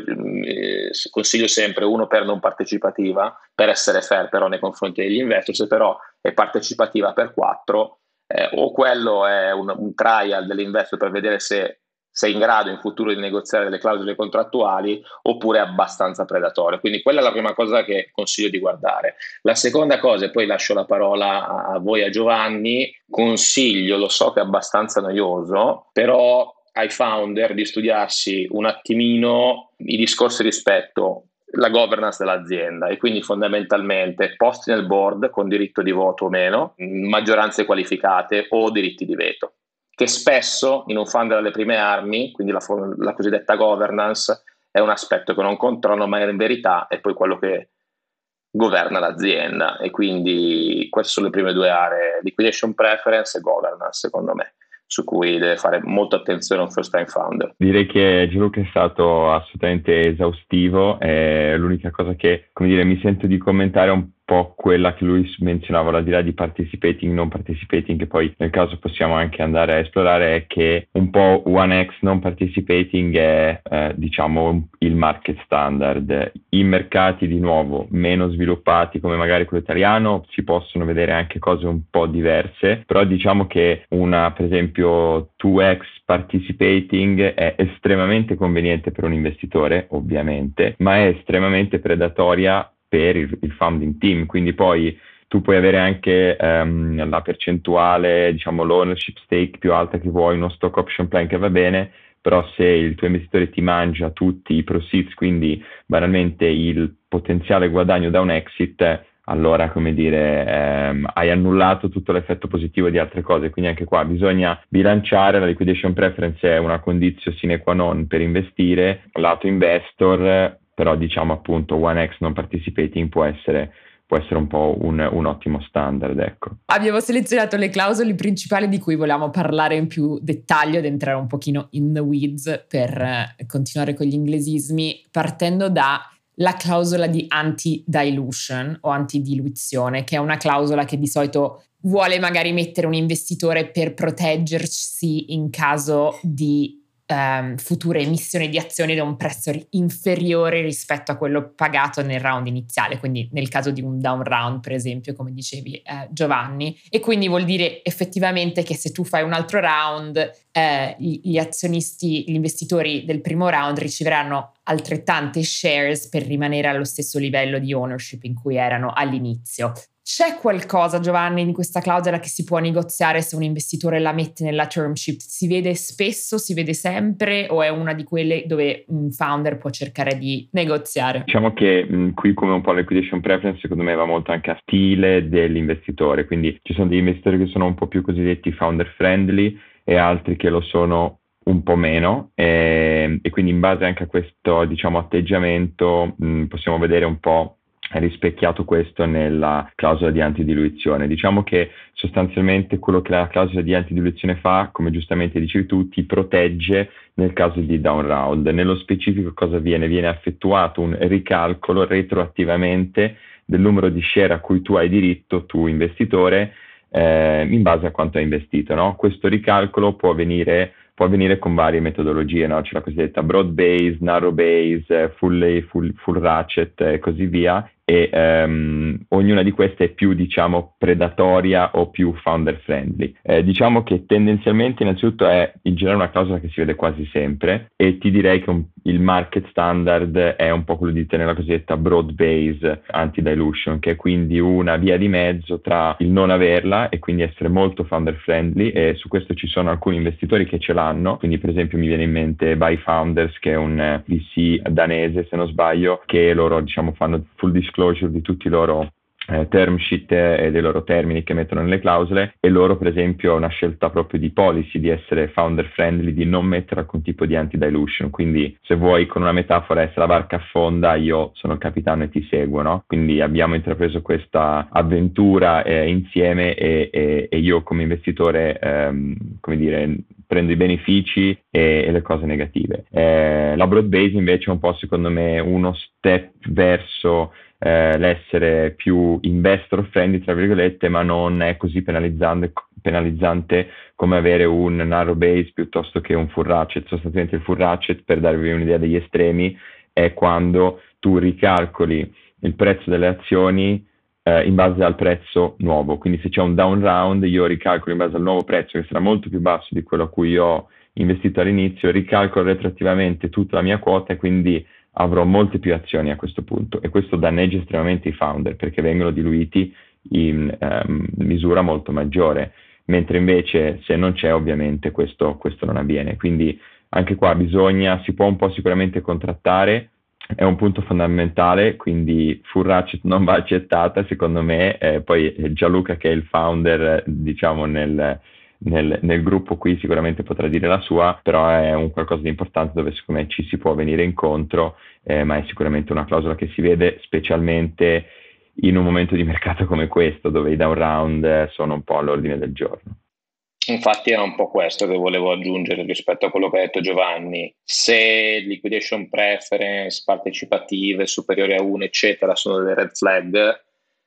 S4: eh, consiglio sempre uno per non partecipativa, per essere fair però nei confronti degli investor, se però è partecipativa per quattro, eh, o quello è un, un trial dell'investor per vedere se sei in grado in futuro di negoziare delle clausole contrattuali oppure è abbastanza predatorio. Quindi quella è la prima cosa che consiglio di guardare. La seconda cosa, e poi lascio la parola a voi, a Giovanni, consiglio, lo so che è abbastanza noioso, però ai founder di studiarsi un attimino i discorsi rispetto la governance dell'azienda e quindi fondamentalmente posti nel board con diritto di voto o meno, maggioranze qualificate o diritti di veto, che spesso in un founder alle prime armi, quindi la, la cosiddetta governance, è un aspetto che non controllo, ma in verità è poi quello che governa l'azienda. E quindi queste sono le prime due aree, liquidation preference e governance, secondo me, su cui deve fare molta attenzione un first time founder.
S3: Direi che Gianluca è stato assolutamente esaustivo, e l'unica cosa che, come dire, mi sento di commentare un po' po' quella che lui menzionava, al di là di participating, non participating, che poi nel caso possiamo anche andare a esplorare, è che un po' one X non participating è eh, diciamo il market standard. In mercati di nuovo meno sviluppati come magari quello italiano si possono vedere anche cose un po' diverse, però diciamo che una per esempio due X participating è estremamente conveniente per un investitore ovviamente, ma è estremamente predatoria per il, il founding team, quindi poi tu puoi avere anche um, la percentuale, diciamo l'ownership stake più alta che vuoi, uno stock option plan che va bene, però se il tuo investitore ti mangia tutti i proceeds, quindi banalmente il potenziale guadagno da un exit, allora come dire ehm, hai annullato tutto l'effetto positivo di altre cose, quindi anche qua bisogna bilanciare. La liquidation preference è una condizione sine qua non per investire lato investor, però diciamo appunto one X non participating può essere può essere un po' un, un ottimo standard, ecco.
S1: Abbiamo selezionato le clausole principali di cui volevamo parlare in più dettaglio ed entrare un pochino in the weeds per eh, continuare con gli inglesismi, partendo da la clausola di anti-dilution o antidiluizione, che è una clausola che di solito vuole magari mettere un investitore per proteggersi in caso di um, future emissioni di azioni da un prezzo inferiore rispetto a quello pagato nel round iniziale, quindi nel caso di un down round per esempio, come dicevi eh, Giovanni, e quindi vuol dire effettivamente che se tu fai un altro round eh, gli azionisti, gli investitori del primo round riceveranno altrettante shares per rimanere allo stesso livello di ownership in cui erano all'inizio. C'è qualcosa, Giovanni, in questa clausola che si può negoziare se un investitore la mette nella term sheet? Si vede spesso, si vede sempre, o è una di quelle dove un founder può cercare di negoziare?
S3: Diciamo che mh, qui, come un po' la liquidation preference, secondo me va molto anche a stile dell'investitore, quindi ci sono degli investitori che sono un po' più cosiddetti founder friendly e altri che lo sono un po' meno, e, e quindi in base anche a questo, diciamo, atteggiamento mh, possiamo vedere un po' rispecchiato questo nella clausola di antidiluizione. Diciamo che sostanzialmente quello che la clausola di antidiluizione fa, come giustamente dicevi tu, ti protegge nel caso di down round. Nello specifico cosa viene? Viene effettuato un ricalcolo retroattivamente del numero di share a cui tu hai diritto, tu investitore, eh, in base a quanto hai investito, no? Questo ricalcolo può avvenire può avvenire con varie metodologie, no? C'è la cosiddetta broad base, narrow base, full, full, full ratchet e così via, e um, ognuna di queste è più, diciamo, predatoria o più founder friendly. Eh, diciamo che tendenzialmente innanzitutto è in generale una clausola che si vede quasi sempre, e ti direi che un, il market standard è un po' quello di tenere la cosiddetta broad base anti-dilution, che è quindi una via di mezzo tra il non averla e quindi essere molto founder friendly, e su questo ci sono alcuni investitori che ce l'hanno, quindi per esempio mi viene in mente Buy Founders, che è un V C danese se non sbaglio, che loro, diciamo, fanno full disclosure di tutti i loro eh, term sheet e dei loro termini che mettono nelle clausole, e loro per esempio una scelta proprio di policy di essere founder friendly, di non mettere alcun tipo di anti-dilution, quindi se vuoi con una metafora, se la barca affonda io sono il capitano e ti seguo, no? Quindi abbiamo intrapreso questa avventura eh, insieme, e, e, e io come investitore ehm, come dire prendo i benefici e, e le cose negative. Eh, la broad base invece è un po' secondo me uno step verso Eh, l'essere più investor friendly tra virgolette, ma non è così penalizzante, penalizzante come avere un narrow base piuttosto che un full ratchet. Sostanzialmente il full ratchet, per darvi un'idea degli estremi, è quando tu ricalcoli il prezzo delle azioni eh, in base al prezzo nuovo, quindi se c'è un down round io ricalcolo in base al nuovo prezzo, che sarà molto più basso di quello a cui io ho investito all'inizio, ricalcolo retroattivamente tutta la mia quota e quindi avrò molte più azioni a questo punto, e questo danneggia estremamente i founder perché vengono diluiti in um, misura molto maggiore, mentre invece se non c'è ovviamente questo, questo non avviene. Quindi anche qua bisogna, si può un po' sicuramente contrattare, è un punto fondamentale, quindi full ratchet non va accettata secondo me, eh, poi Gianluca che è il founder diciamo nel Nel, nel gruppo qui sicuramente potrà dire la sua, però è un qualcosa di importante dove secondo me ci si può venire incontro, eh, ma è sicuramente una clausola che si vede specialmente in un momento di mercato come questo, dove i down round sono un po' all'ordine del giorno.
S4: Infatti era un po' questo che volevo aggiungere rispetto a quello che ha detto Giovanni. Se liquidation preference, partecipative superiori a uno eccetera sono delle red flag,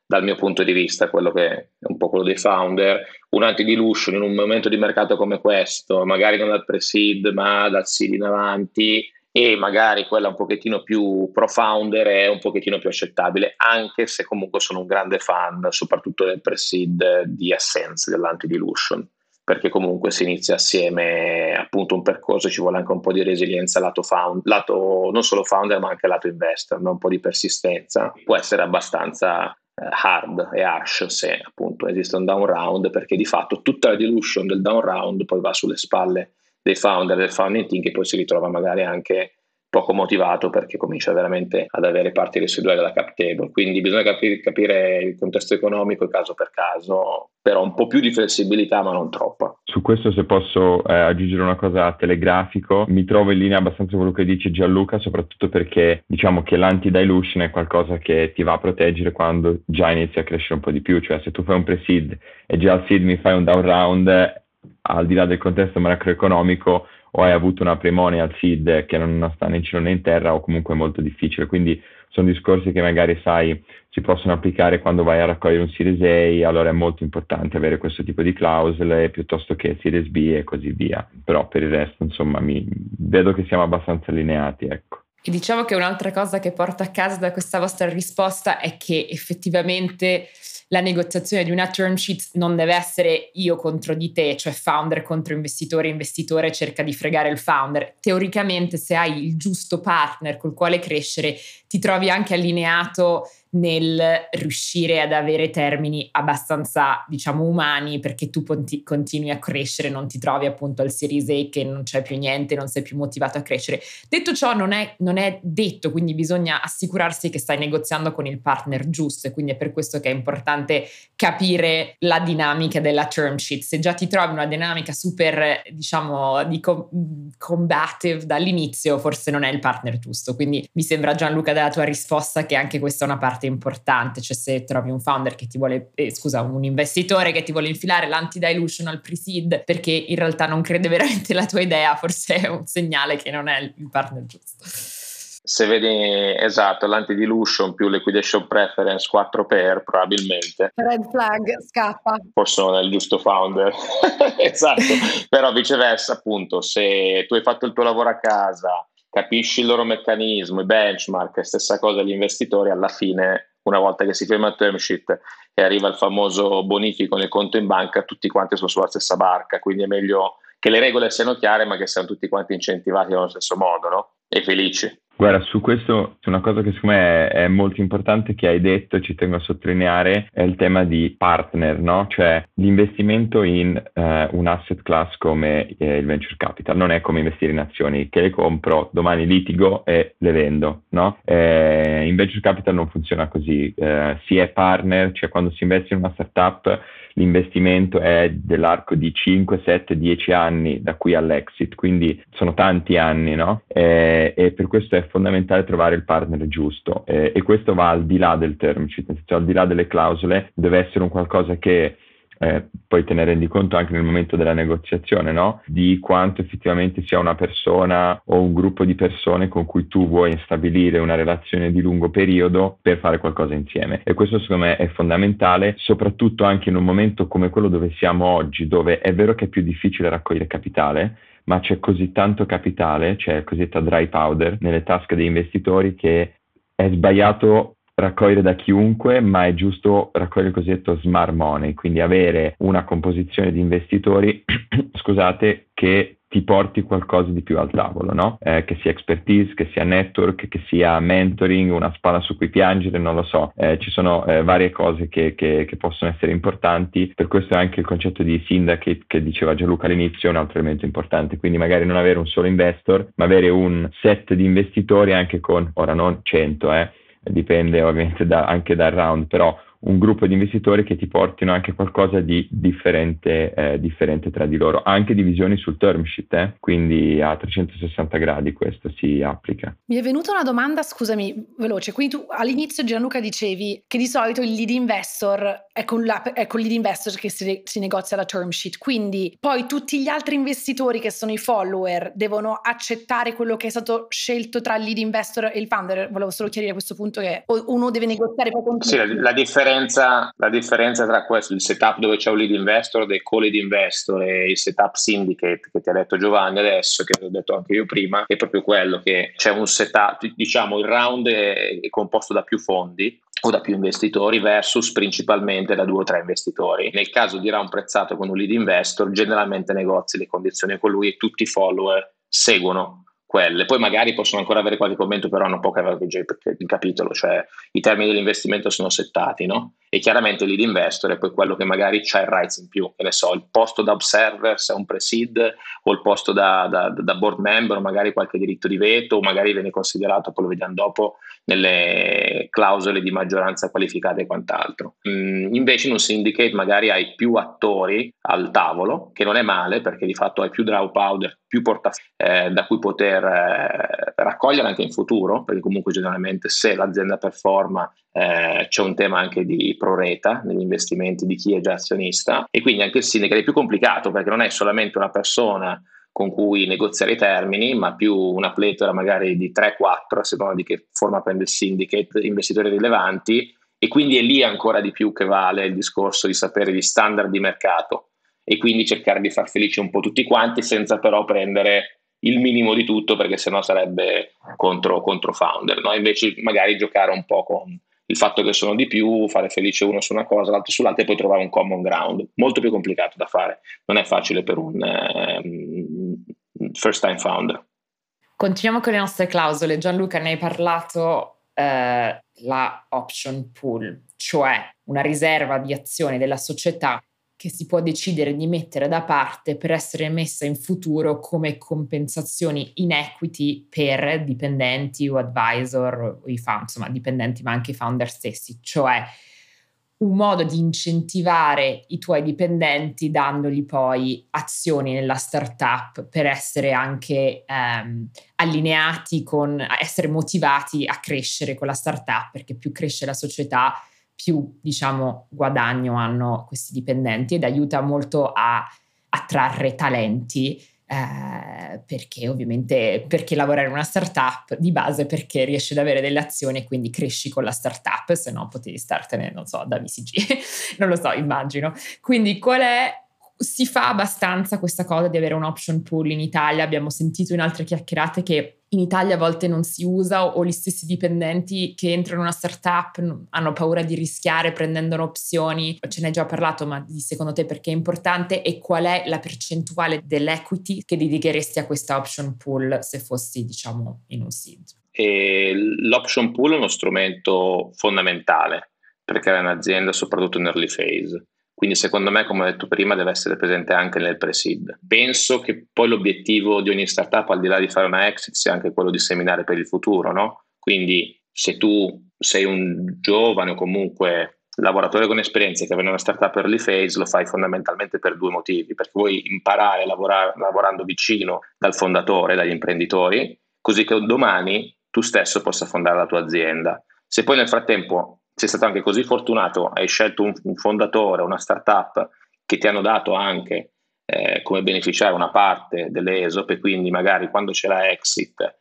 S4: dal mio punto di vista, quello che è un po' quello dei founder. Un anti-dilution in un momento di mercato come questo, magari non dal pre-seed ma dal seed in avanti, e magari quella un pochettino più pro founder è un pochettino più accettabile, anche se comunque sono un grande fan, soprattutto del pre-seed di Ascenz, dell'anti-dilution, perché comunque si inizia assieme appunto un percorso, ci vuole anche un po' di resilienza lato, found, lato non solo founder ma anche lato investor, no? Un po' di persistenza, può essere abbastanza eh, hard e harsh se appunto esiste un down round, perché di fatto tutta la dilution del down round poi va sulle spalle dei founder, del founding team, che poi si ritrova magari anche poco motivato perché comincia veramente ad avere parti residuali della cap table. Quindi bisogna capire, capire il contesto economico caso per caso, però un po' più di flessibilità ma non troppa.
S3: Su questo, se posso eh, aggiungere una cosa a telegrafico, mi trovo in linea abbastanza con quello che dice Gianluca, soprattutto perché diciamo che l'anti-dilution è qualcosa che ti va a proteggere quando già inizi a crescere un po' di più, cioè se tu fai un pre-seed e già al seed mi fai un down round, al di là del contesto macroeconomico, o hai avuto una pre-money al seed che non sta né in cielo né in terra, o comunque è molto difficile. Quindi sono discorsi che magari, sai, si possono applicare quando vai a raccogliere un Series A, allora è molto importante avere questo tipo di clausole piuttosto che Series B e così via. Però per il resto, insomma, mi vedo che siamo abbastanza allineati, ecco.
S1: E diciamo che un'altra cosa che porto a casa da questa vostra risposta è che effettivamente la negoziazione di una term sheet non deve essere io contro di te, cioè founder contro investitore, investitore cerca di fregare il founder. Teoricamente, se hai il giusto partner col quale crescere, ti trovi anche allineato nel riuscire ad avere termini abbastanza, diciamo, umani, perché tu ponti- continui a crescere, non ti trovi appunto al Series A che non c'è più niente, non sei più motivato a crescere. Detto ciò, non è, non è detto, quindi bisogna assicurarsi che stai negoziando con il partner giusto, e quindi è per questo che è importante capire la dinamica della term sheet. Se già ti trovi una dinamica super, diciamo, di com- combative dall'inizio, forse non è il partner giusto. Quindi mi sembra, Gianluca, dalla tua risposta, che anche questa è una parte importante, cioè se trovi un founder che ti vuole, eh, scusa, un investitore che ti vuole infilare l'anti-dilution al pre-seed perché in realtà non crede veramente alla tua idea, forse è un segnale che non è il partner giusto.
S4: Se vedi, esatto, l'anti-dilution più liquidation preference quattro per, probabilmente
S2: red flag, scappa.
S4: Forse non è il giusto founder. Esatto, però viceversa, appunto, se tu hai fatto il tuo lavoro a casa, capisci il loro meccanismo, i benchmark, stessa cosa agli investitori, alla fine, una volta che si firma il term sheet e arriva il famoso bonifico nel conto in banca, tutti quanti sono sulla stessa barca, quindi è meglio che le regole siano chiare ma che siano tutti quanti incentivati allo stesso modo, no? E felici.
S3: Guarda, su questo c'è una cosa che secondo me è, è molto importante che hai detto, ci tengo a sottolineare, è il tema di partner, no? Cioè l'investimento in eh, un asset class come eh, il venture capital non è come investire in azioni, che le compro, domani litigo e le vendo, no? Eh, in venture capital non funziona così, eh, si è partner, cioè quando si investe in una startup l'investimento è dell'arco di cinque, sette, dieci anni da qui all'exit, quindi sono tanti anni, no? Eh, e per questo è fondamentale trovare il partner giusto, eh, e questo va al di là del term sheet, nel senso, al di là delle clausole, deve essere un qualcosa che eh, poi te ne rendi conto anche nel momento della negoziazione, no? Di quanto effettivamente sia una persona o un gruppo di persone con cui tu vuoi stabilire una relazione di lungo periodo per fare qualcosa insieme, e questo secondo me è fondamentale, soprattutto anche in un momento come quello dove siamo oggi, dove è vero che è più difficile raccogliere capitale, ma c'è così tanto capitale, c'è cosiddetta dry powder nelle tasche degli investitori, che è sbagliato raccogliere da chiunque, ma è giusto raccogliere il cosiddetto smart money, quindi avere una composizione di investitori scusate, che ti porti qualcosa di più al tavolo, no? Eh, che sia expertise, che sia network, che sia mentoring, una spalla su cui piangere, non lo so. Eh, ci sono eh, varie cose che, che, che possono essere importanti, per questo anche il concetto di syndicate che diceva Gianluca all'inizio è un altro elemento importante, quindi magari non avere un solo investor, ma avere un set di investitori anche con, ora non cento, eh, dipende ovviamente da, anche dal round, però un gruppo di investitori che ti portino anche qualcosa di differente, eh, differente tra di loro, anche divisioni sul term sheet, eh? Quindi a trecentosessanta gradi questo si applica.
S2: Mi è venuta una domanda, scusami, veloce, quindi tu all'inizio, Gianluca, dicevi che di solito il lead investor è con, la, è con il lead investor che si, si negozia la term sheet, quindi poi tutti gli altri investitori che sono i follower devono accettare quello che è stato scelto tra il lead investor e il founder. Volevo solo chiarire a questo punto che uno deve negoziare poi con
S4: sì, la, la differenza differenza, la differenza tra questo, il setup dove c'è un lead investor, dei co-lead investor e il setup syndicate che ti ha detto Giovanni adesso, che ho detto anche io prima, è proprio quello che c'è un setup, diciamo il round è, è composto da più fondi o da più investitori versus principalmente da due o tre investitori. Nel caso di round prezzato con un lead investor, generalmente negozi le condizioni con lui e tutti i follower seguono quelle. Poi magari possono ancora avere qualche commento, però hanno poco a vedere il capitolo, cioè i termini dell'investimento sono settati, no? E chiaramente il lead investor è poi quello che magari c'ha il rights in più, che ne so, il posto da observer se è un pre-seed o il posto da, da, da board member, o magari qualche diritto di veto, o magari viene considerato, poi lo vediamo dopo, nelle clausole di maggioranza qualificata e quant'altro. Mm, invece in un syndicate magari hai più attori al tavolo, che non è male perché di fatto hai più dry powder, più portafoglio eh, da cui poter eh, raccogliere anche in futuro, perché comunque generalmente se l'azienda performa eh, c'è un tema anche di prorata negli investimenti di chi è già azionista, e quindi anche il syndicate è più complicato perché non è solamente una persona con cui negoziare i termini, ma più una pletora magari di tre quattro, a seconda di che forma prende il syndicate, investitori rilevanti, e quindi è lì ancora di più che vale il discorso di sapere gli standard di mercato e quindi cercare di far felici un po' tutti quanti senza però prendere il minimo di tutto, perché sennò sarebbe contro, contro founder, no? Invece magari giocare un po' con il fatto che sono di più, fare felice uno su una cosa, l'altro sull'altra e poi trovare un common ground, molto più complicato da fare, non è facile per un um, first time founder.
S1: Continuiamo con le nostre clausole. Gianluca, ne hai parlato, eh, la option pool, cioè una riserva di azioni della società che si può decidere di mettere da parte per essere messa in futuro come compensazioni in equity per dipendenti o advisor o i found, insomma dipendenti ma anche i founder stessi, cioè un modo di incentivare i tuoi dipendenti dandogli poi azioni nella startup per essere anche ehm, allineati con, essere motivati a crescere con la startup, perché più cresce la società più, diciamo, guadagno hanno questi dipendenti ed aiuta molto a attrarre talenti, eh, perché ovviamente perché lavorare in una startup di base perché riesci ad avere delle azioni e quindi cresci con la startup, se no potevi startene, non so, da V C G, non lo so, immagino. Quindi qual è, si fa abbastanza questa cosa di avere un option pool in Italia? Abbiamo sentito in altre chiacchierate che in Italia a volte non si usa, o gli stessi dipendenti che entrano in una startup hanno paura di rischiare prendendo opzioni. Ce ne hai già parlato, ma di secondo te perché è importante e qual è la percentuale dell'equity che dedicheresti a questa option pool se fossi, diciamo, in un seed?
S4: E l'option pool è uno strumento fondamentale per creare un'azienda, soprattutto in early phase. Quindi secondo me, come ho detto prima, deve essere presente anche nel pre-seed. Penso che poi l'obiettivo di ogni startup, al di là di fare una exit, sia anche quello di seminare per il futuro, no? Quindi se tu sei un giovane o comunque lavoratore con esperienza che aveva una startup early phase, lo fai fondamentalmente per due motivi: perché vuoi imparare a lavorare lavorando vicino dal fondatore, dagli imprenditori, così che domani tu stesso possa fondare la tua azienda. Se poi nel frattempo sei stato anche così fortunato, hai scelto un, un fondatore, una startup che ti hanno dato anche eh, come beneficiare una parte delle E S O P, e quindi magari quando c'è la exit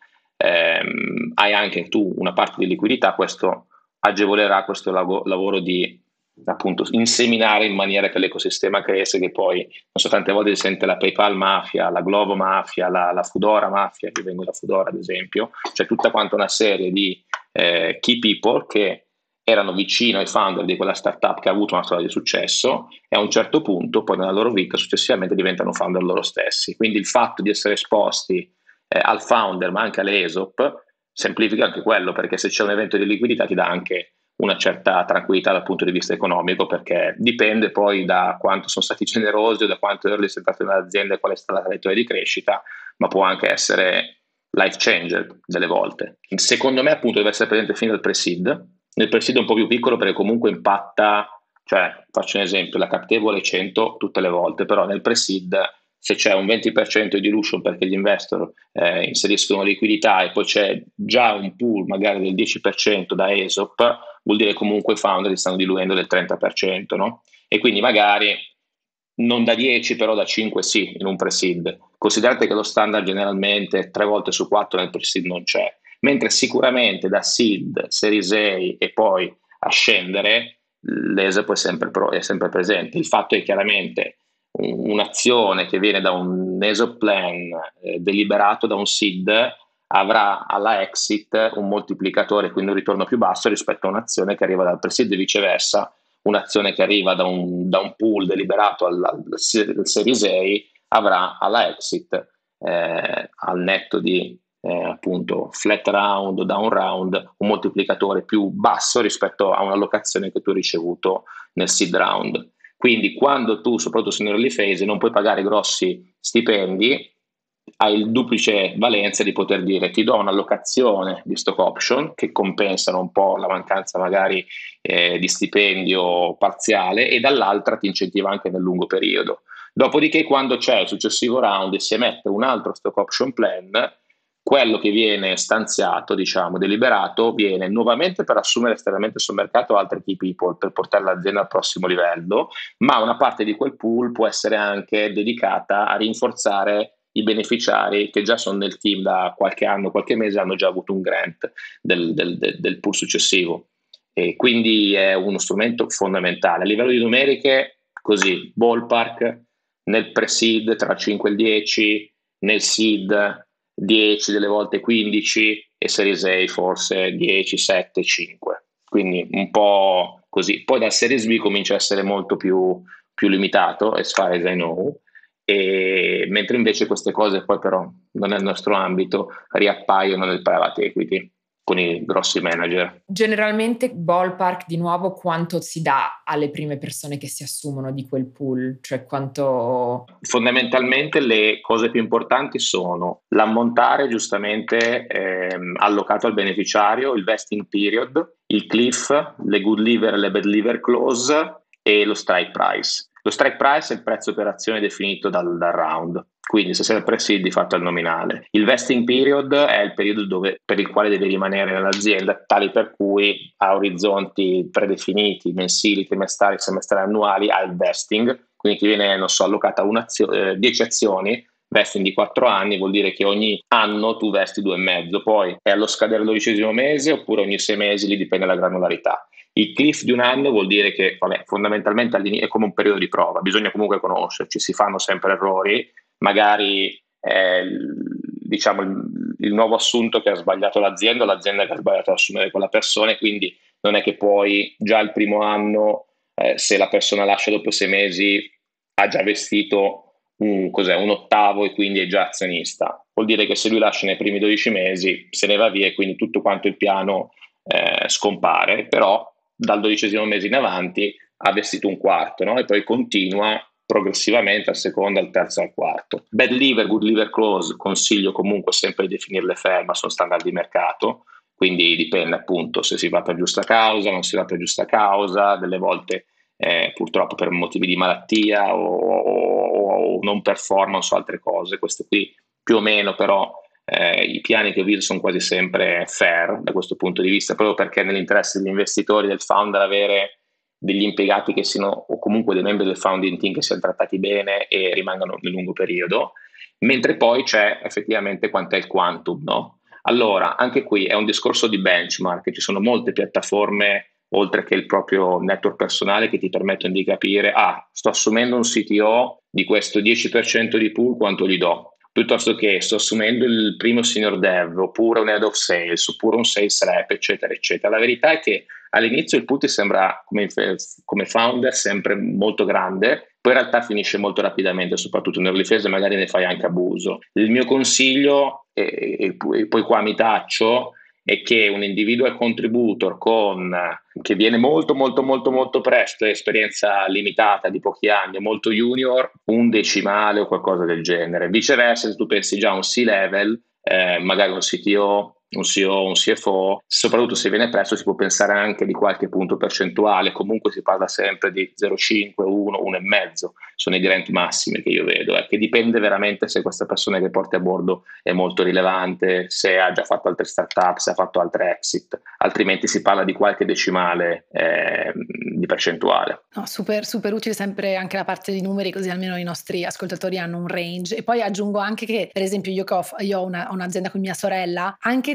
S4: ehm, hai anche tu una parte di liquidità, questo agevolerà questo lav- lavoro di appunto inseminare in maniera che l'ecosistema cresca, che poi non so, tante volte si sente la PayPal mafia, la Glovo mafia, la, la Foodora mafia, che vengo da Foodora ad esempio, cioè tutta quanta una serie di eh, key people che erano vicino ai founder di quella startup che ha avuto una storia di successo e a un certo punto poi nella loro vita successivamente diventano founder loro stessi. Quindi il fatto di essere esposti eh, al founder ma anche alle E S O P semplifica anche quello, perché se c'è un evento di liquidità ti dà anche una certa tranquillità dal punto di vista economico, perché dipende poi da quanto sono stati generosi o da quanto early sei stato nell'azienda e qual è stata la traiettoria di crescita, ma può anche essere life changer delle volte. Secondo me appunto deve essere presente fin dal pre-seed. Nel pre-seed è un po' più piccolo perché comunque impatta, cioè faccio un esempio, la cap table è cento tutte le volte, però nel pre-seed se c'è un venti per cento di dilution perché gli investor eh, inseriscono liquidità e poi c'è già un pool magari del dieci per cento da E S O P, vuol dire comunque i founder li stanno diluendo del trenta per cento, no? E quindi magari non da dieci però da cinque sì in un pre-seed. Considerate che lo standard generalmente tre volte su quattro nel pre-seed non c'è, mentre sicuramente da seed, series A e poi a scendere l'esapo è sempre, pro, è sempre presente. Il fatto è chiaramente un'azione che viene da un E S O P plan eh, deliberato da un S I D avrà alla exit un moltiplicatore, quindi un ritorno più basso rispetto a un'azione che arriva dal pre-seed e viceversa. Un'azione che arriva da un, da un pool deliberato al, al, al Series A avrà alla exit eh, al netto di eh, appunto flat round o down round un moltiplicatore più basso rispetto a un'allocazione che tu hai ricevuto nel seed round. Quindi quando tu, soprattutto in early phase, non puoi pagare grossi stipendi, hai il duplice valenza di poter dire ti do un'allocazione di stock option che compensano un po' la mancanza magari eh, di stipendio parziale e dall'altra ti incentiva anche nel lungo periodo. Dopodiché quando c'è il successivo round e si emette un altro stock option plan, quello che viene stanziato, diciamo, deliberato, viene nuovamente per assumere esternamente sul mercato altri key people per portare l'azienda al prossimo livello, ma una parte di quel pool può essere anche dedicata a rinforzare i beneficiari che già sono nel team da qualche anno, qualche mese, hanno già avuto un grant del, del, del, del pool successivo. E quindi è uno strumento fondamentale. A livello di numeriche, così, ballpark, nel pre-seed tra cinque e il dieci, nel seed dieci, delle volte quindici e Series A forse dieci, sette, cinque. Quindi un po' così. Poi dal Series B comincia a essere molto più, più limitato, as far as I know, e mentre invece queste cose poi però non è il nostro ambito, riappaiono nel private equity con i grossi manager.
S1: Generalmente, ballpark, di nuovo, quanto si dà alle prime persone che si assumono di quel pool? Cioè quanto...
S4: Fondamentalmente le cose più importanti sono l'ammontare giustamente ehm, allocato al beneficiario, il vesting period, il cliff, le good lever e le bad lever clause e lo strike price. Lo strike price è il prezzo per azione definito dal, dal round, quindi se sei al pre-seed di fatto è il nominale. Il vesting period è il periodo dove, per il quale devi rimanere nell'azienda, tali per cui a orizzonti predefiniti, mensili, trimestrali, semestrali, annuali, ha il vesting, quindi ti viene, non so, allocata eh, dieci azioni, vesting di quattro anni, vuol dire che ogni anno tu vesti due e mezzo, poi è allo scadere il dodicesimo mese oppure ogni sei mesi, lì dipende dalla granularità. Il cliff di un anno vuol dire che vabbè, fondamentalmente è come un periodo di prova, bisogna comunque conoscerci, si fanno sempre errori, magari eh, diciamo il, il nuovo assunto che ha sbagliato l'azienda, l'azienda che ha sbagliato ad assumere quella persona, e quindi non è che poi già il primo anno, eh, se la persona lascia dopo sei mesi, ha già vestito un, cos'è, un ottavo e quindi è già azionista. Vuol dire che se lui lascia nei primi dodici mesi se ne va via e quindi tutto quanto il piano eh, scompare, però dal dodicesimo mese in avanti ha vestito un quarto, no? E poi continua progressivamente al secondo, al terzo, al quarto. Bad lever, good lever clause, consiglio comunque sempre di definirle ferme, sono standard di mercato, quindi dipende appunto se si va per giusta causa, non si va per giusta causa, delle volte eh, purtroppo per motivi di malattia o, o, o non performance o altre cose. Questo qui più o meno però Eh, i piani che ho visto sono quasi sempre fair da questo punto di vista, proprio perché è nell'interesse degli investitori, del founder, avere degli impiegati che siano, o comunque dei membri del founding team che siano trattati bene e rimangano nel lungo periodo, mentre poi c'è effettivamente quant'è il quantum, no? Allora, anche qui è un discorso di benchmark, ci sono molte piattaforme oltre che il proprio network personale che ti permettono di capire, ah, sto assumendo un C T O di questo dieci per cento di pool, quanto gli do? Piuttosto che sto assumendo il primo senior dev, oppure un head of sales, oppure un sales rep, eccetera, eccetera. La verità è che all'inizio il pool ti sembra, come, come founder, sempre molto grande, poi in realtà finisce molto rapidamente, soprattutto in early phase, magari ne fai anche abuso. Il mio consiglio, e, e, e poi qua mi taccio, è che un individual contributor con, che viene molto molto molto molto presto, esperienza limitata di pochi anni, molto junior, un decimale o qualcosa del genere. Viceversa, se tu pensi già a un C-level, eh, magari un C T O, un C E O, un C F O, soprattutto se viene presto si può pensare anche di qualche punto percentuale, comunque si parla sempre di zero virgola cinque, uno, uno e mezzo, sono i grant massimi che io vedo, eh, che dipende veramente se questa persona che porti a bordo è molto rilevante, se ha già fatto altre startup, se ha fatto altre exit, altrimenti si parla di qualche decimale eh, di percentuale.
S2: No, super, super utile sempre anche la parte di numeri, così almeno i nostri ascoltatori hanno un range. E poi aggiungo anche che, per esempio, io, che ho, io ho una, un'azienda con mia sorella, anche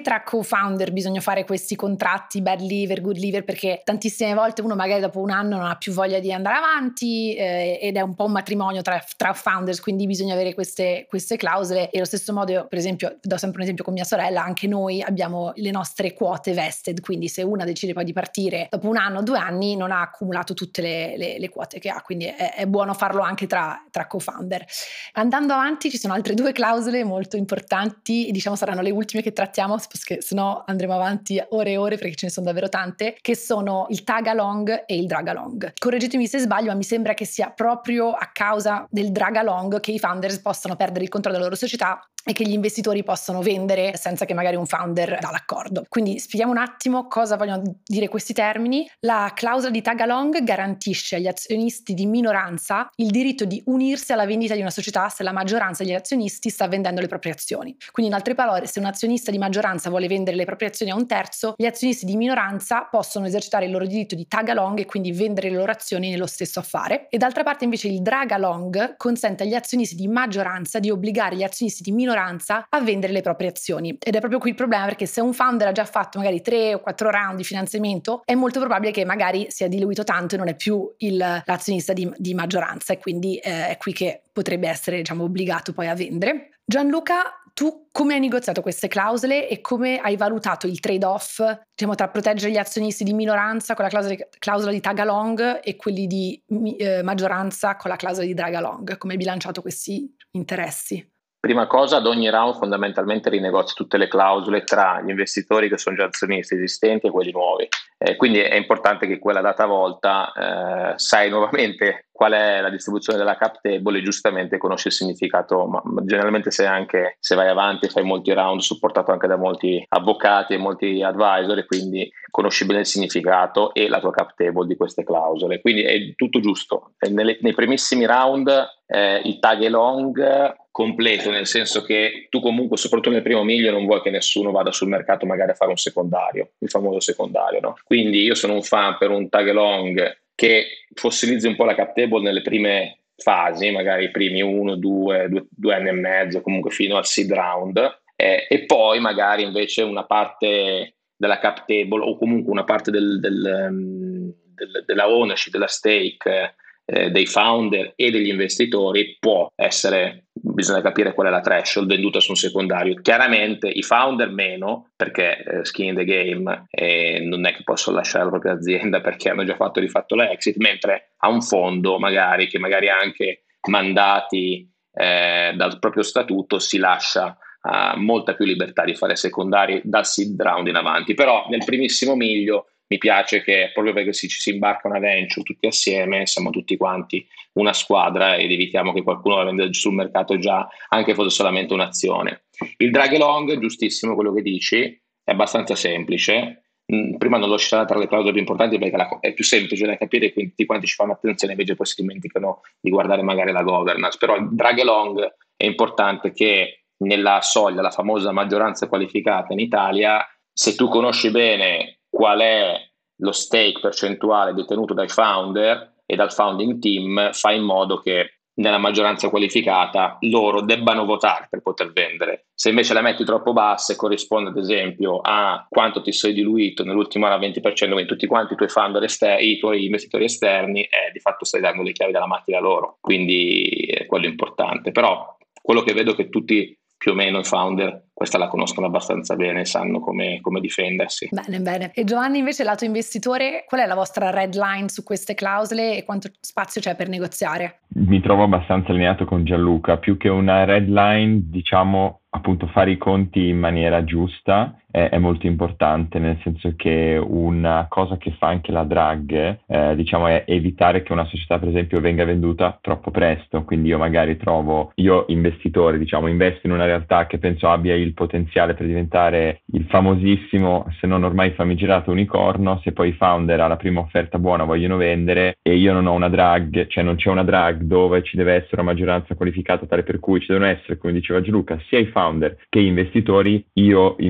S2: tra co-founder bisogna fare questi contratti bad liver, good liver, perché tantissime volte uno magari dopo un anno non ha più voglia di andare avanti eh, ed è un po' un matrimonio tra, tra founders, quindi bisogna avere queste, queste clausole. E allo stesso modo io, per esempio, do sempre un esempio con mia sorella, anche noi abbiamo le nostre quote vested, quindi se una decide poi di partire dopo un anno o due anni non ha accumulato tutte le, le, le quote che ha, quindi è, è buono farlo anche tra, tra co-founder. Andando avanti ci sono altre due clausole molto importanti e diciamo saranno le ultime che trattiamo, perché sennò andremo avanti ore e ore perché ce ne sono davvero tante, che sono il tag along e il drag along. Correggetemi se sbaglio, ma mi sembra che sia proprio a causa del drag along che i founders possano perdere il controllo della loro società e che gli investitori possono vendere senza che magari un founder dà l'accordo. Quindi spieghiamo un attimo cosa vogliono dire questi termini. La clausola di tag along garantisce agli azionisti di minoranza il diritto di unirsi alla vendita di una società se la maggioranza degli azionisti sta vendendo le proprie azioni. Quindi in altre parole, se un azionista di maggioranza vuole vendere le proprie azioni a un terzo, gli azionisti di minoranza possono esercitare il loro diritto di tag along e quindi vendere le loro azioni nello stesso affare. E d'altra parte invece il drag along consente agli azionisti di maggioranza di obbligare gli azionisti di minoranza a vendere le proprie azioni. Ed è proprio qui il problema, perché se un founder ha già fatto magari tre o quattro round di finanziamento, è molto probabile che magari sia diluito tanto e non è più il, l'azionista di, di maggioranza, e quindi eh, è qui che potrebbe essere, diciamo, obbligato poi a vendere. Gianluca, tu come hai negoziato queste clausole e come hai valutato il trade-off, diciamo, tra proteggere gli azionisti di minoranza con la clausola di, clausola di tag along e quelli di eh, maggioranza con la clausola di drag along? Come hai bilanciato questi interessi?
S4: Prima cosa, ad ogni round fondamentalmente rinegozi tutte le clausole tra gli investitori che sono già azionisti esistenti e quelli nuovi. Eh, quindi è importante che quella data volta eh, sai nuovamente qual è la distribuzione della cap table e giustamente conosci il significato, ma generalmente se anche se vai avanti e fai molti round supportato anche da molti avvocati e molti advisor, e quindi conosci bene il significato e la tua cap table di queste clausole, quindi è tutto giusto. Nelle, nei primissimi round eh, il tag along completo, nel senso che tu comunque soprattutto nel primo miglio non vuoi che nessuno vada sul mercato magari a fare un secondario, il famoso secondario, no? Quindi io sono un fan per un tag along che fossilizzi un po' la cap table nelle prime fasi, magari i primi uno, due, due, due anni e mezzo, comunque fino al seed round, eh, e poi magari invece una parte della cap table o comunque una parte del, del, um, del, della ownership, della stake eh, dei founder e degli investitori può essere, bisogna capire qual è la threshold venduta su un secondario. Chiaramente i founder meno, perché eh, skin in the game e non è che possono lasciare la propria azienda perché hanno già fatto di fatto l'exit, mentre a un fondo magari che magari ha anche mandati eh, dal proprio statuto si lascia uh, molta più libertà di fare secondari dal seed round in avanti. Però nel primissimo miglio mi piace che proprio perché si, ci si imbarca una venture tutti assieme, siamo tutti quanti una squadra ed evitiamo che qualcuno la venda sul mercato già, anche fosse solamente un'azione. Il drag along, giustissimo quello che dici, è abbastanza semplice. Prima non l'ho citata tra le clausole più importanti perché la, è più semplice da capire, quindi tutti quanti ci fanno attenzione, invece poi si dimenticano di guardare magari la governance. Però il drag along è importante che nella soglia, la famosa maggioranza qualificata in Italia, se tu conosci bene qual è lo stake percentuale detenuto dai founder e dal founding team, fai in modo che nella maggioranza qualificata loro debbano votare per poter vendere. Se invece la metti troppo bassa e corrisponde ad esempio a quanto ti sei diluito nell'ultimo anno al venti per cento, quindi tutti quanti i tuoi founder esterni, i tuoi investitori esterni, eh, di fatto stai dando le chiavi della macchina loro, quindi è quello importante. Però quello che vedo è che tutti più o meno i founder questa la conoscono abbastanza bene, sanno come, come difendersi.
S2: Bene, bene. E Giovanni invece, lato investitore, qual è la vostra red line su queste clausole e quanto spazio c'è per negoziare?
S3: Mi trovo abbastanza allineato con Gianluca, più che una red line, diciamo, appunto fare i conti in maniera giusta è, è molto importante, nel senso che una cosa che fa anche la drag, eh, diciamo, è evitare che una società, per esempio, venga venduta troppo presto. Quindi io magari trovo, io investitore, diciamo, investo in una realtà che penso abbia il potenziale per diventare il famosissimo, se non ormai famigerato unicorno. Se poi i founder alla prima offerta buona vogliono vendere e io non ho una drag, cioè non c'è una drag dove ci deve essere una maggioranza qualificata tale per cui ci devono essere, come diceva Gianluca, sia i founder che gli investitori, io investitore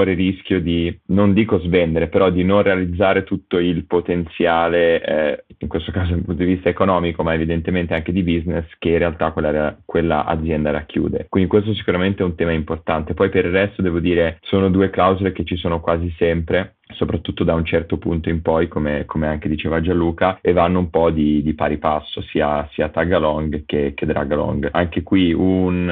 S3: maggiore rischio di, non dico svendere, però di non realizzare tutto il potenziale, eh, in questo caso dal punto di vista economico, ma evidentemente anche di business, che in realtà quella, quella azienda racchiude. Quindi questo sicuramente è un tema importante. Poi per il resto devo dire, sono due clausole che ci sono quasi sempre, soprattutto da un certo punto in poi, come, come anche diceva Gianluca, e vanno un po' di, di pari passo, sia, sia tag along che, che drag along. Anche qui un,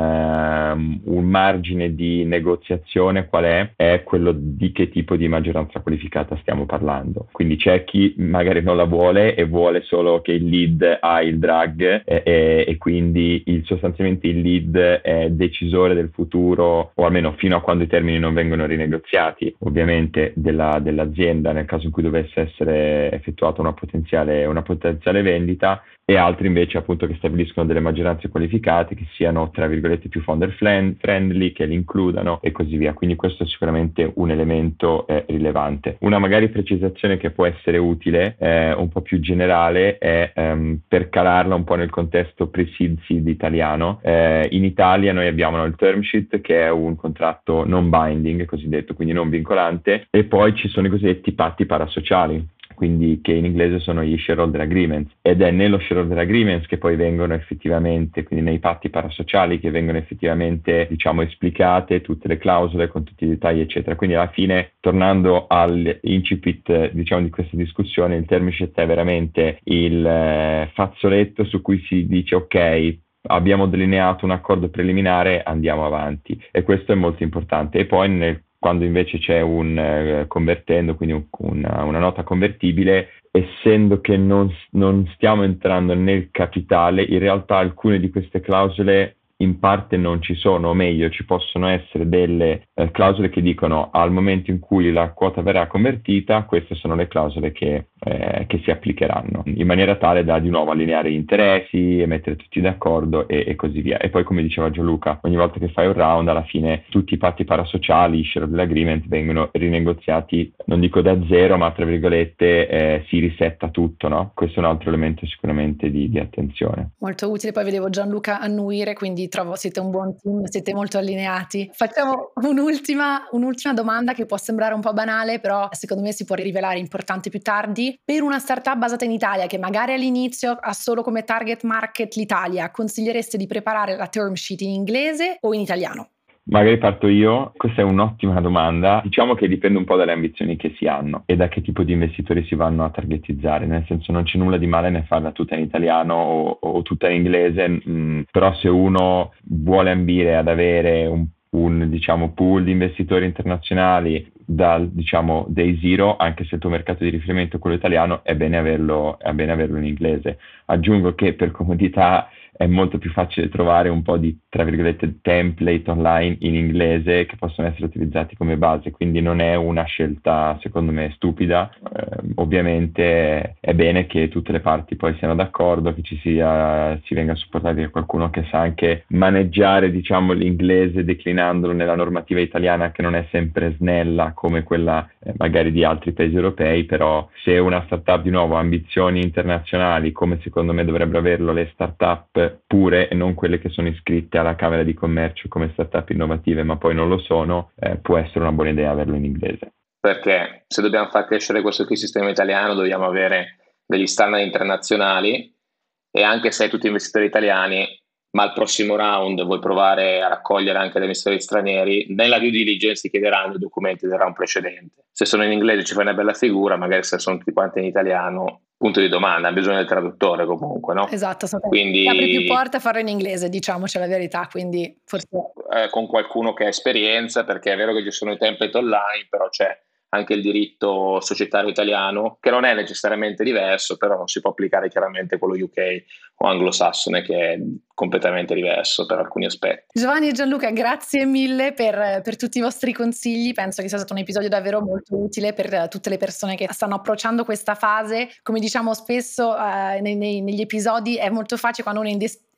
S3: ehm, un margine di negoziazione qual è? È quello di che tipo di maggioranza qualificata stiamo parlando. Quindi c'è chi magari non la vuole e vuole solo che il lead ha il drag e, e, e quindi il, sostanzialmente il lead è decisore del futuro, o almeno fino a quando i termini non vengono rinegoziati, ovviamente, Della, dell'azienda nel caso in cui dovesse essere effettuata una potenziale, una potenziale vendita, e altri invece appunto che stabiliscono delle maggioranze qualificate che siano tra virgolette più founder friendly, che li includano e così via. Quindi questo è sicuramente un elemento eh, rilevante. Una magari precisazione che può essere utile, eh, un po' più generale, è ehm, per calarla un po' nel contesto pre-seed seed italiano. Eh, in Italia noi abbiamo il term sheet, che è un contratto non binding, cosiddetto, quindi non vincolante, e poi ci sono i cosiddetti patti parasociali, quindi che in inglese sono gli shareholder agreements, ed è nello shareholder agreements che poi vengono effettivamente, quindi nei patti parasociali, che vengono effettivamente, diciamo, esplicate tutte le clausole con tutti i dettagli, eccetera. Quindi alla fine, tornando all'incipit, diciamo, di questa discussione, il term sheet è veramente il eh, fazzoletto su cui si dice ok, abbiamo delineato un accordo preliminare, andiamo avanti, e questo è molto importante. E poi nel quando invece c'è un eh, convertendo, quindi un, una, una nota convertibile, essendo che non, non stiamo entrando nel capitale, in realtà alcune di queste clausole in parte non ci sono, o meglio, ci possono essere delle eh, clausole che dicono al momento in cui la quota verrà convertita, queste sono le clausole che, eh, che si applicheranno, in maniera tale da di nuovo allineare gli interessi e mettere tutti d'accordo e, e così via. E poi, come diceva Gianluca, ogni volta che fai un round, alla fine tutti i patti parasociali, i shareholder agreement, vengono rinegoziati, non dico da zero, ma tra virgolette eh, si risetta tutto, no? Questo è un altro elemento sicuramente di, di attenzione.
S2: Molto utile. Poi vedevo Gianluca annuire, quindi trovo siete un buon team, siete molto allineati. Facciamo un'ultima, un'ultima domanda che può sembrare un po' banale, però secondo me si può rivelare importante più tardi. Per una startup basata in Italia che magari all'inizio ha solo come target market l'Italia, consigliereste di preparare la term sheet in inglese o in italiano?
S3: Magari parto io, questa è un'ottima domanda. Diciamo che dipende un po' dalle ambizioni che si hanno e da che tipo di investitori si vanno a targetizzare, nel senso non c'è nulla di male nel farla tutta in italiano o, o tutta in inglese, mh, però se uno vuole ambire ad avere un, un diciamo pool di investitori internazionali dal diciamo day zero, anche se il tuo mercato di riferimento è quello italiano, è bene averlo, è bene averlo in inglese. Aggiungo che per comodità è molto più facile trovare un po' di, tra virgolette, template online in inglese che possono essere utilizzati come base, quindi non è una scelta, secondo me, stupida. Eh, ovviamente è bene che tutte le parti poi siano d'accordo, che ci sia, si venga supportati da qualcuno che sa anche maneggiare, diciamo, l'inglese declinandolo nella normativa italiana, che non è sempre snella come quella eh, magari di altri paesi europei, però se una startup di nuovo ha ambizioni internazionali, come secondo me dovrebbero averlo le startup pure e non quelle che sono iscritte alla Camera di Commercio come startup innovative ma poi non lo sono, eh, può essere una buona idea averlo in inglese.
S4: Perché se dobbiamo far crescere questo ecosistema italiano dobbiamo avere degli standard internazionali, e anche se hai tutti investitori italiani, ma al prossimo round vuoi provare a raccogliere anche dei investitori stranieri, nella due diligence ti chiederanno i documenti del round precedente. Se sono in inglese ci fai una bella figura, magari se sono tutti quanti in italiano, punto di domanda, ha bisogno del traduttore comunque, no?
S2: Esatto,
S4: quindi
S2: apri più porte a farlo in inglese, diciamoci la verità, quindi forse
S4: eh, con qualcuno che ha esperienza, perché è vero che ci sono i template online, però c'è anche il diritto societario italiano, che non è necessariamente diverso, però non si può applicare chiaramente quello U K o anglosassone, che è completamente diverso per alcuni aspetti.
S2: Giovanni e Gianluca, grazie mille per, per tutti i vostri consigli. Penso che sia stato un episodio davvero molto utile per tutte le persone che stanno approcciando questa fase. Come diciamo spesso eh, nei, nei, negli episodi, è molto facile quando uno è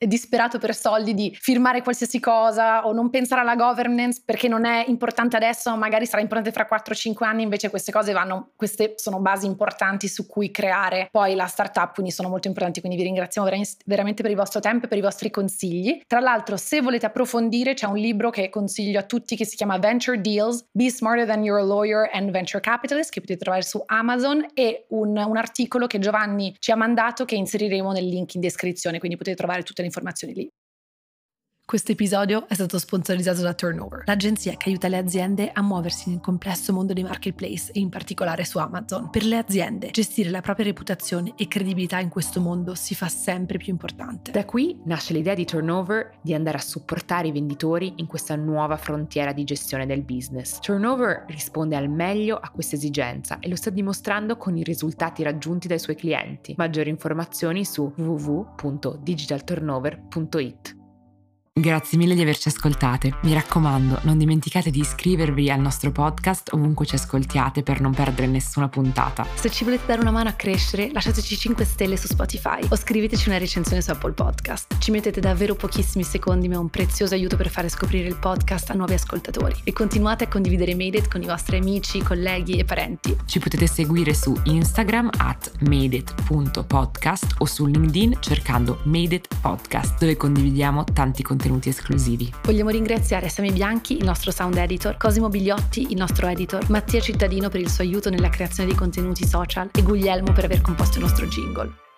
S2: è disperato per soldi di firmare qualsiasi cosa o non pensare alla governance perché non è importante adesso, magari sarà importante fra quattro cinque anni, invece queste cose vanno, queste sono basi importanti su cui creare poi la startup, quindi sono molto importanti, quindi vi ringraziamo veramente per il vostro tempo e per i vostri consigli. Tra l'altro, se volete approfondire, c'è un libro che consiglio a tutti che si chiama Venture Deals, Be Smarter Than You're a Lawyer and Venture Capitalist, che potete trovare su Amazon, e un, un articolo che Giovanni ci ha mandato che inseriremo nel link in descrizione, quindi potete trovare tutte le informazioni lì. Questo episodio è stato sponsorizzato da Turnover, l'agenzia che aiuta le aziende a muoversi nel complesso mondo dei marketplace e in particolare su Amazon. Per le aziende, gestire la propria reputazione e credibilità in questo mondo si fa sempre più importante.
S1: Da qui nasce l'idea di Turnover di andare a supportare i venditori in questa nuova frontiera di gestione del business. Turnover risponde al meglio a questa esigenza e lo sta dimostrando con i risultati raggiunti dai suoi clienti. Maggiori informazioni su w w w punto digital turnover punto i t.
S5: Grazie mille di averci ascoltate. Mi raccomando, non dimenticate di iscrivervi al nostro podcast ovunque ci ascoltiate per non perdere nessuna puntata.
S2: Se ci volete dare una mano a crescere, lasciateci cinque stelle su Spotify o scriveteci una recensione su Apple Podcast. Ci mettete davvero pochissimi secondi, ma è un prezioso aiuto per fare scoprire il podcast a nuovi ascoltatori. E continuate a condividere Made It con i vostri amici, colleghi e parenti.
S5: Ci potete seguire su Instagram at madeit punto podcast o su LinkedIn cercando Made It Podcast, dove condividiamo tanti contenuti esclusivi.
S2: Vogliamo ringraziare Sami Bianchi, il nostro sound editor, Cosimo Bigliotti, il nostro editor, Mattia Cittadino per il suo aiuto nella creazione dei contenuti social e Guglielmo per aver composto il nostro jingle.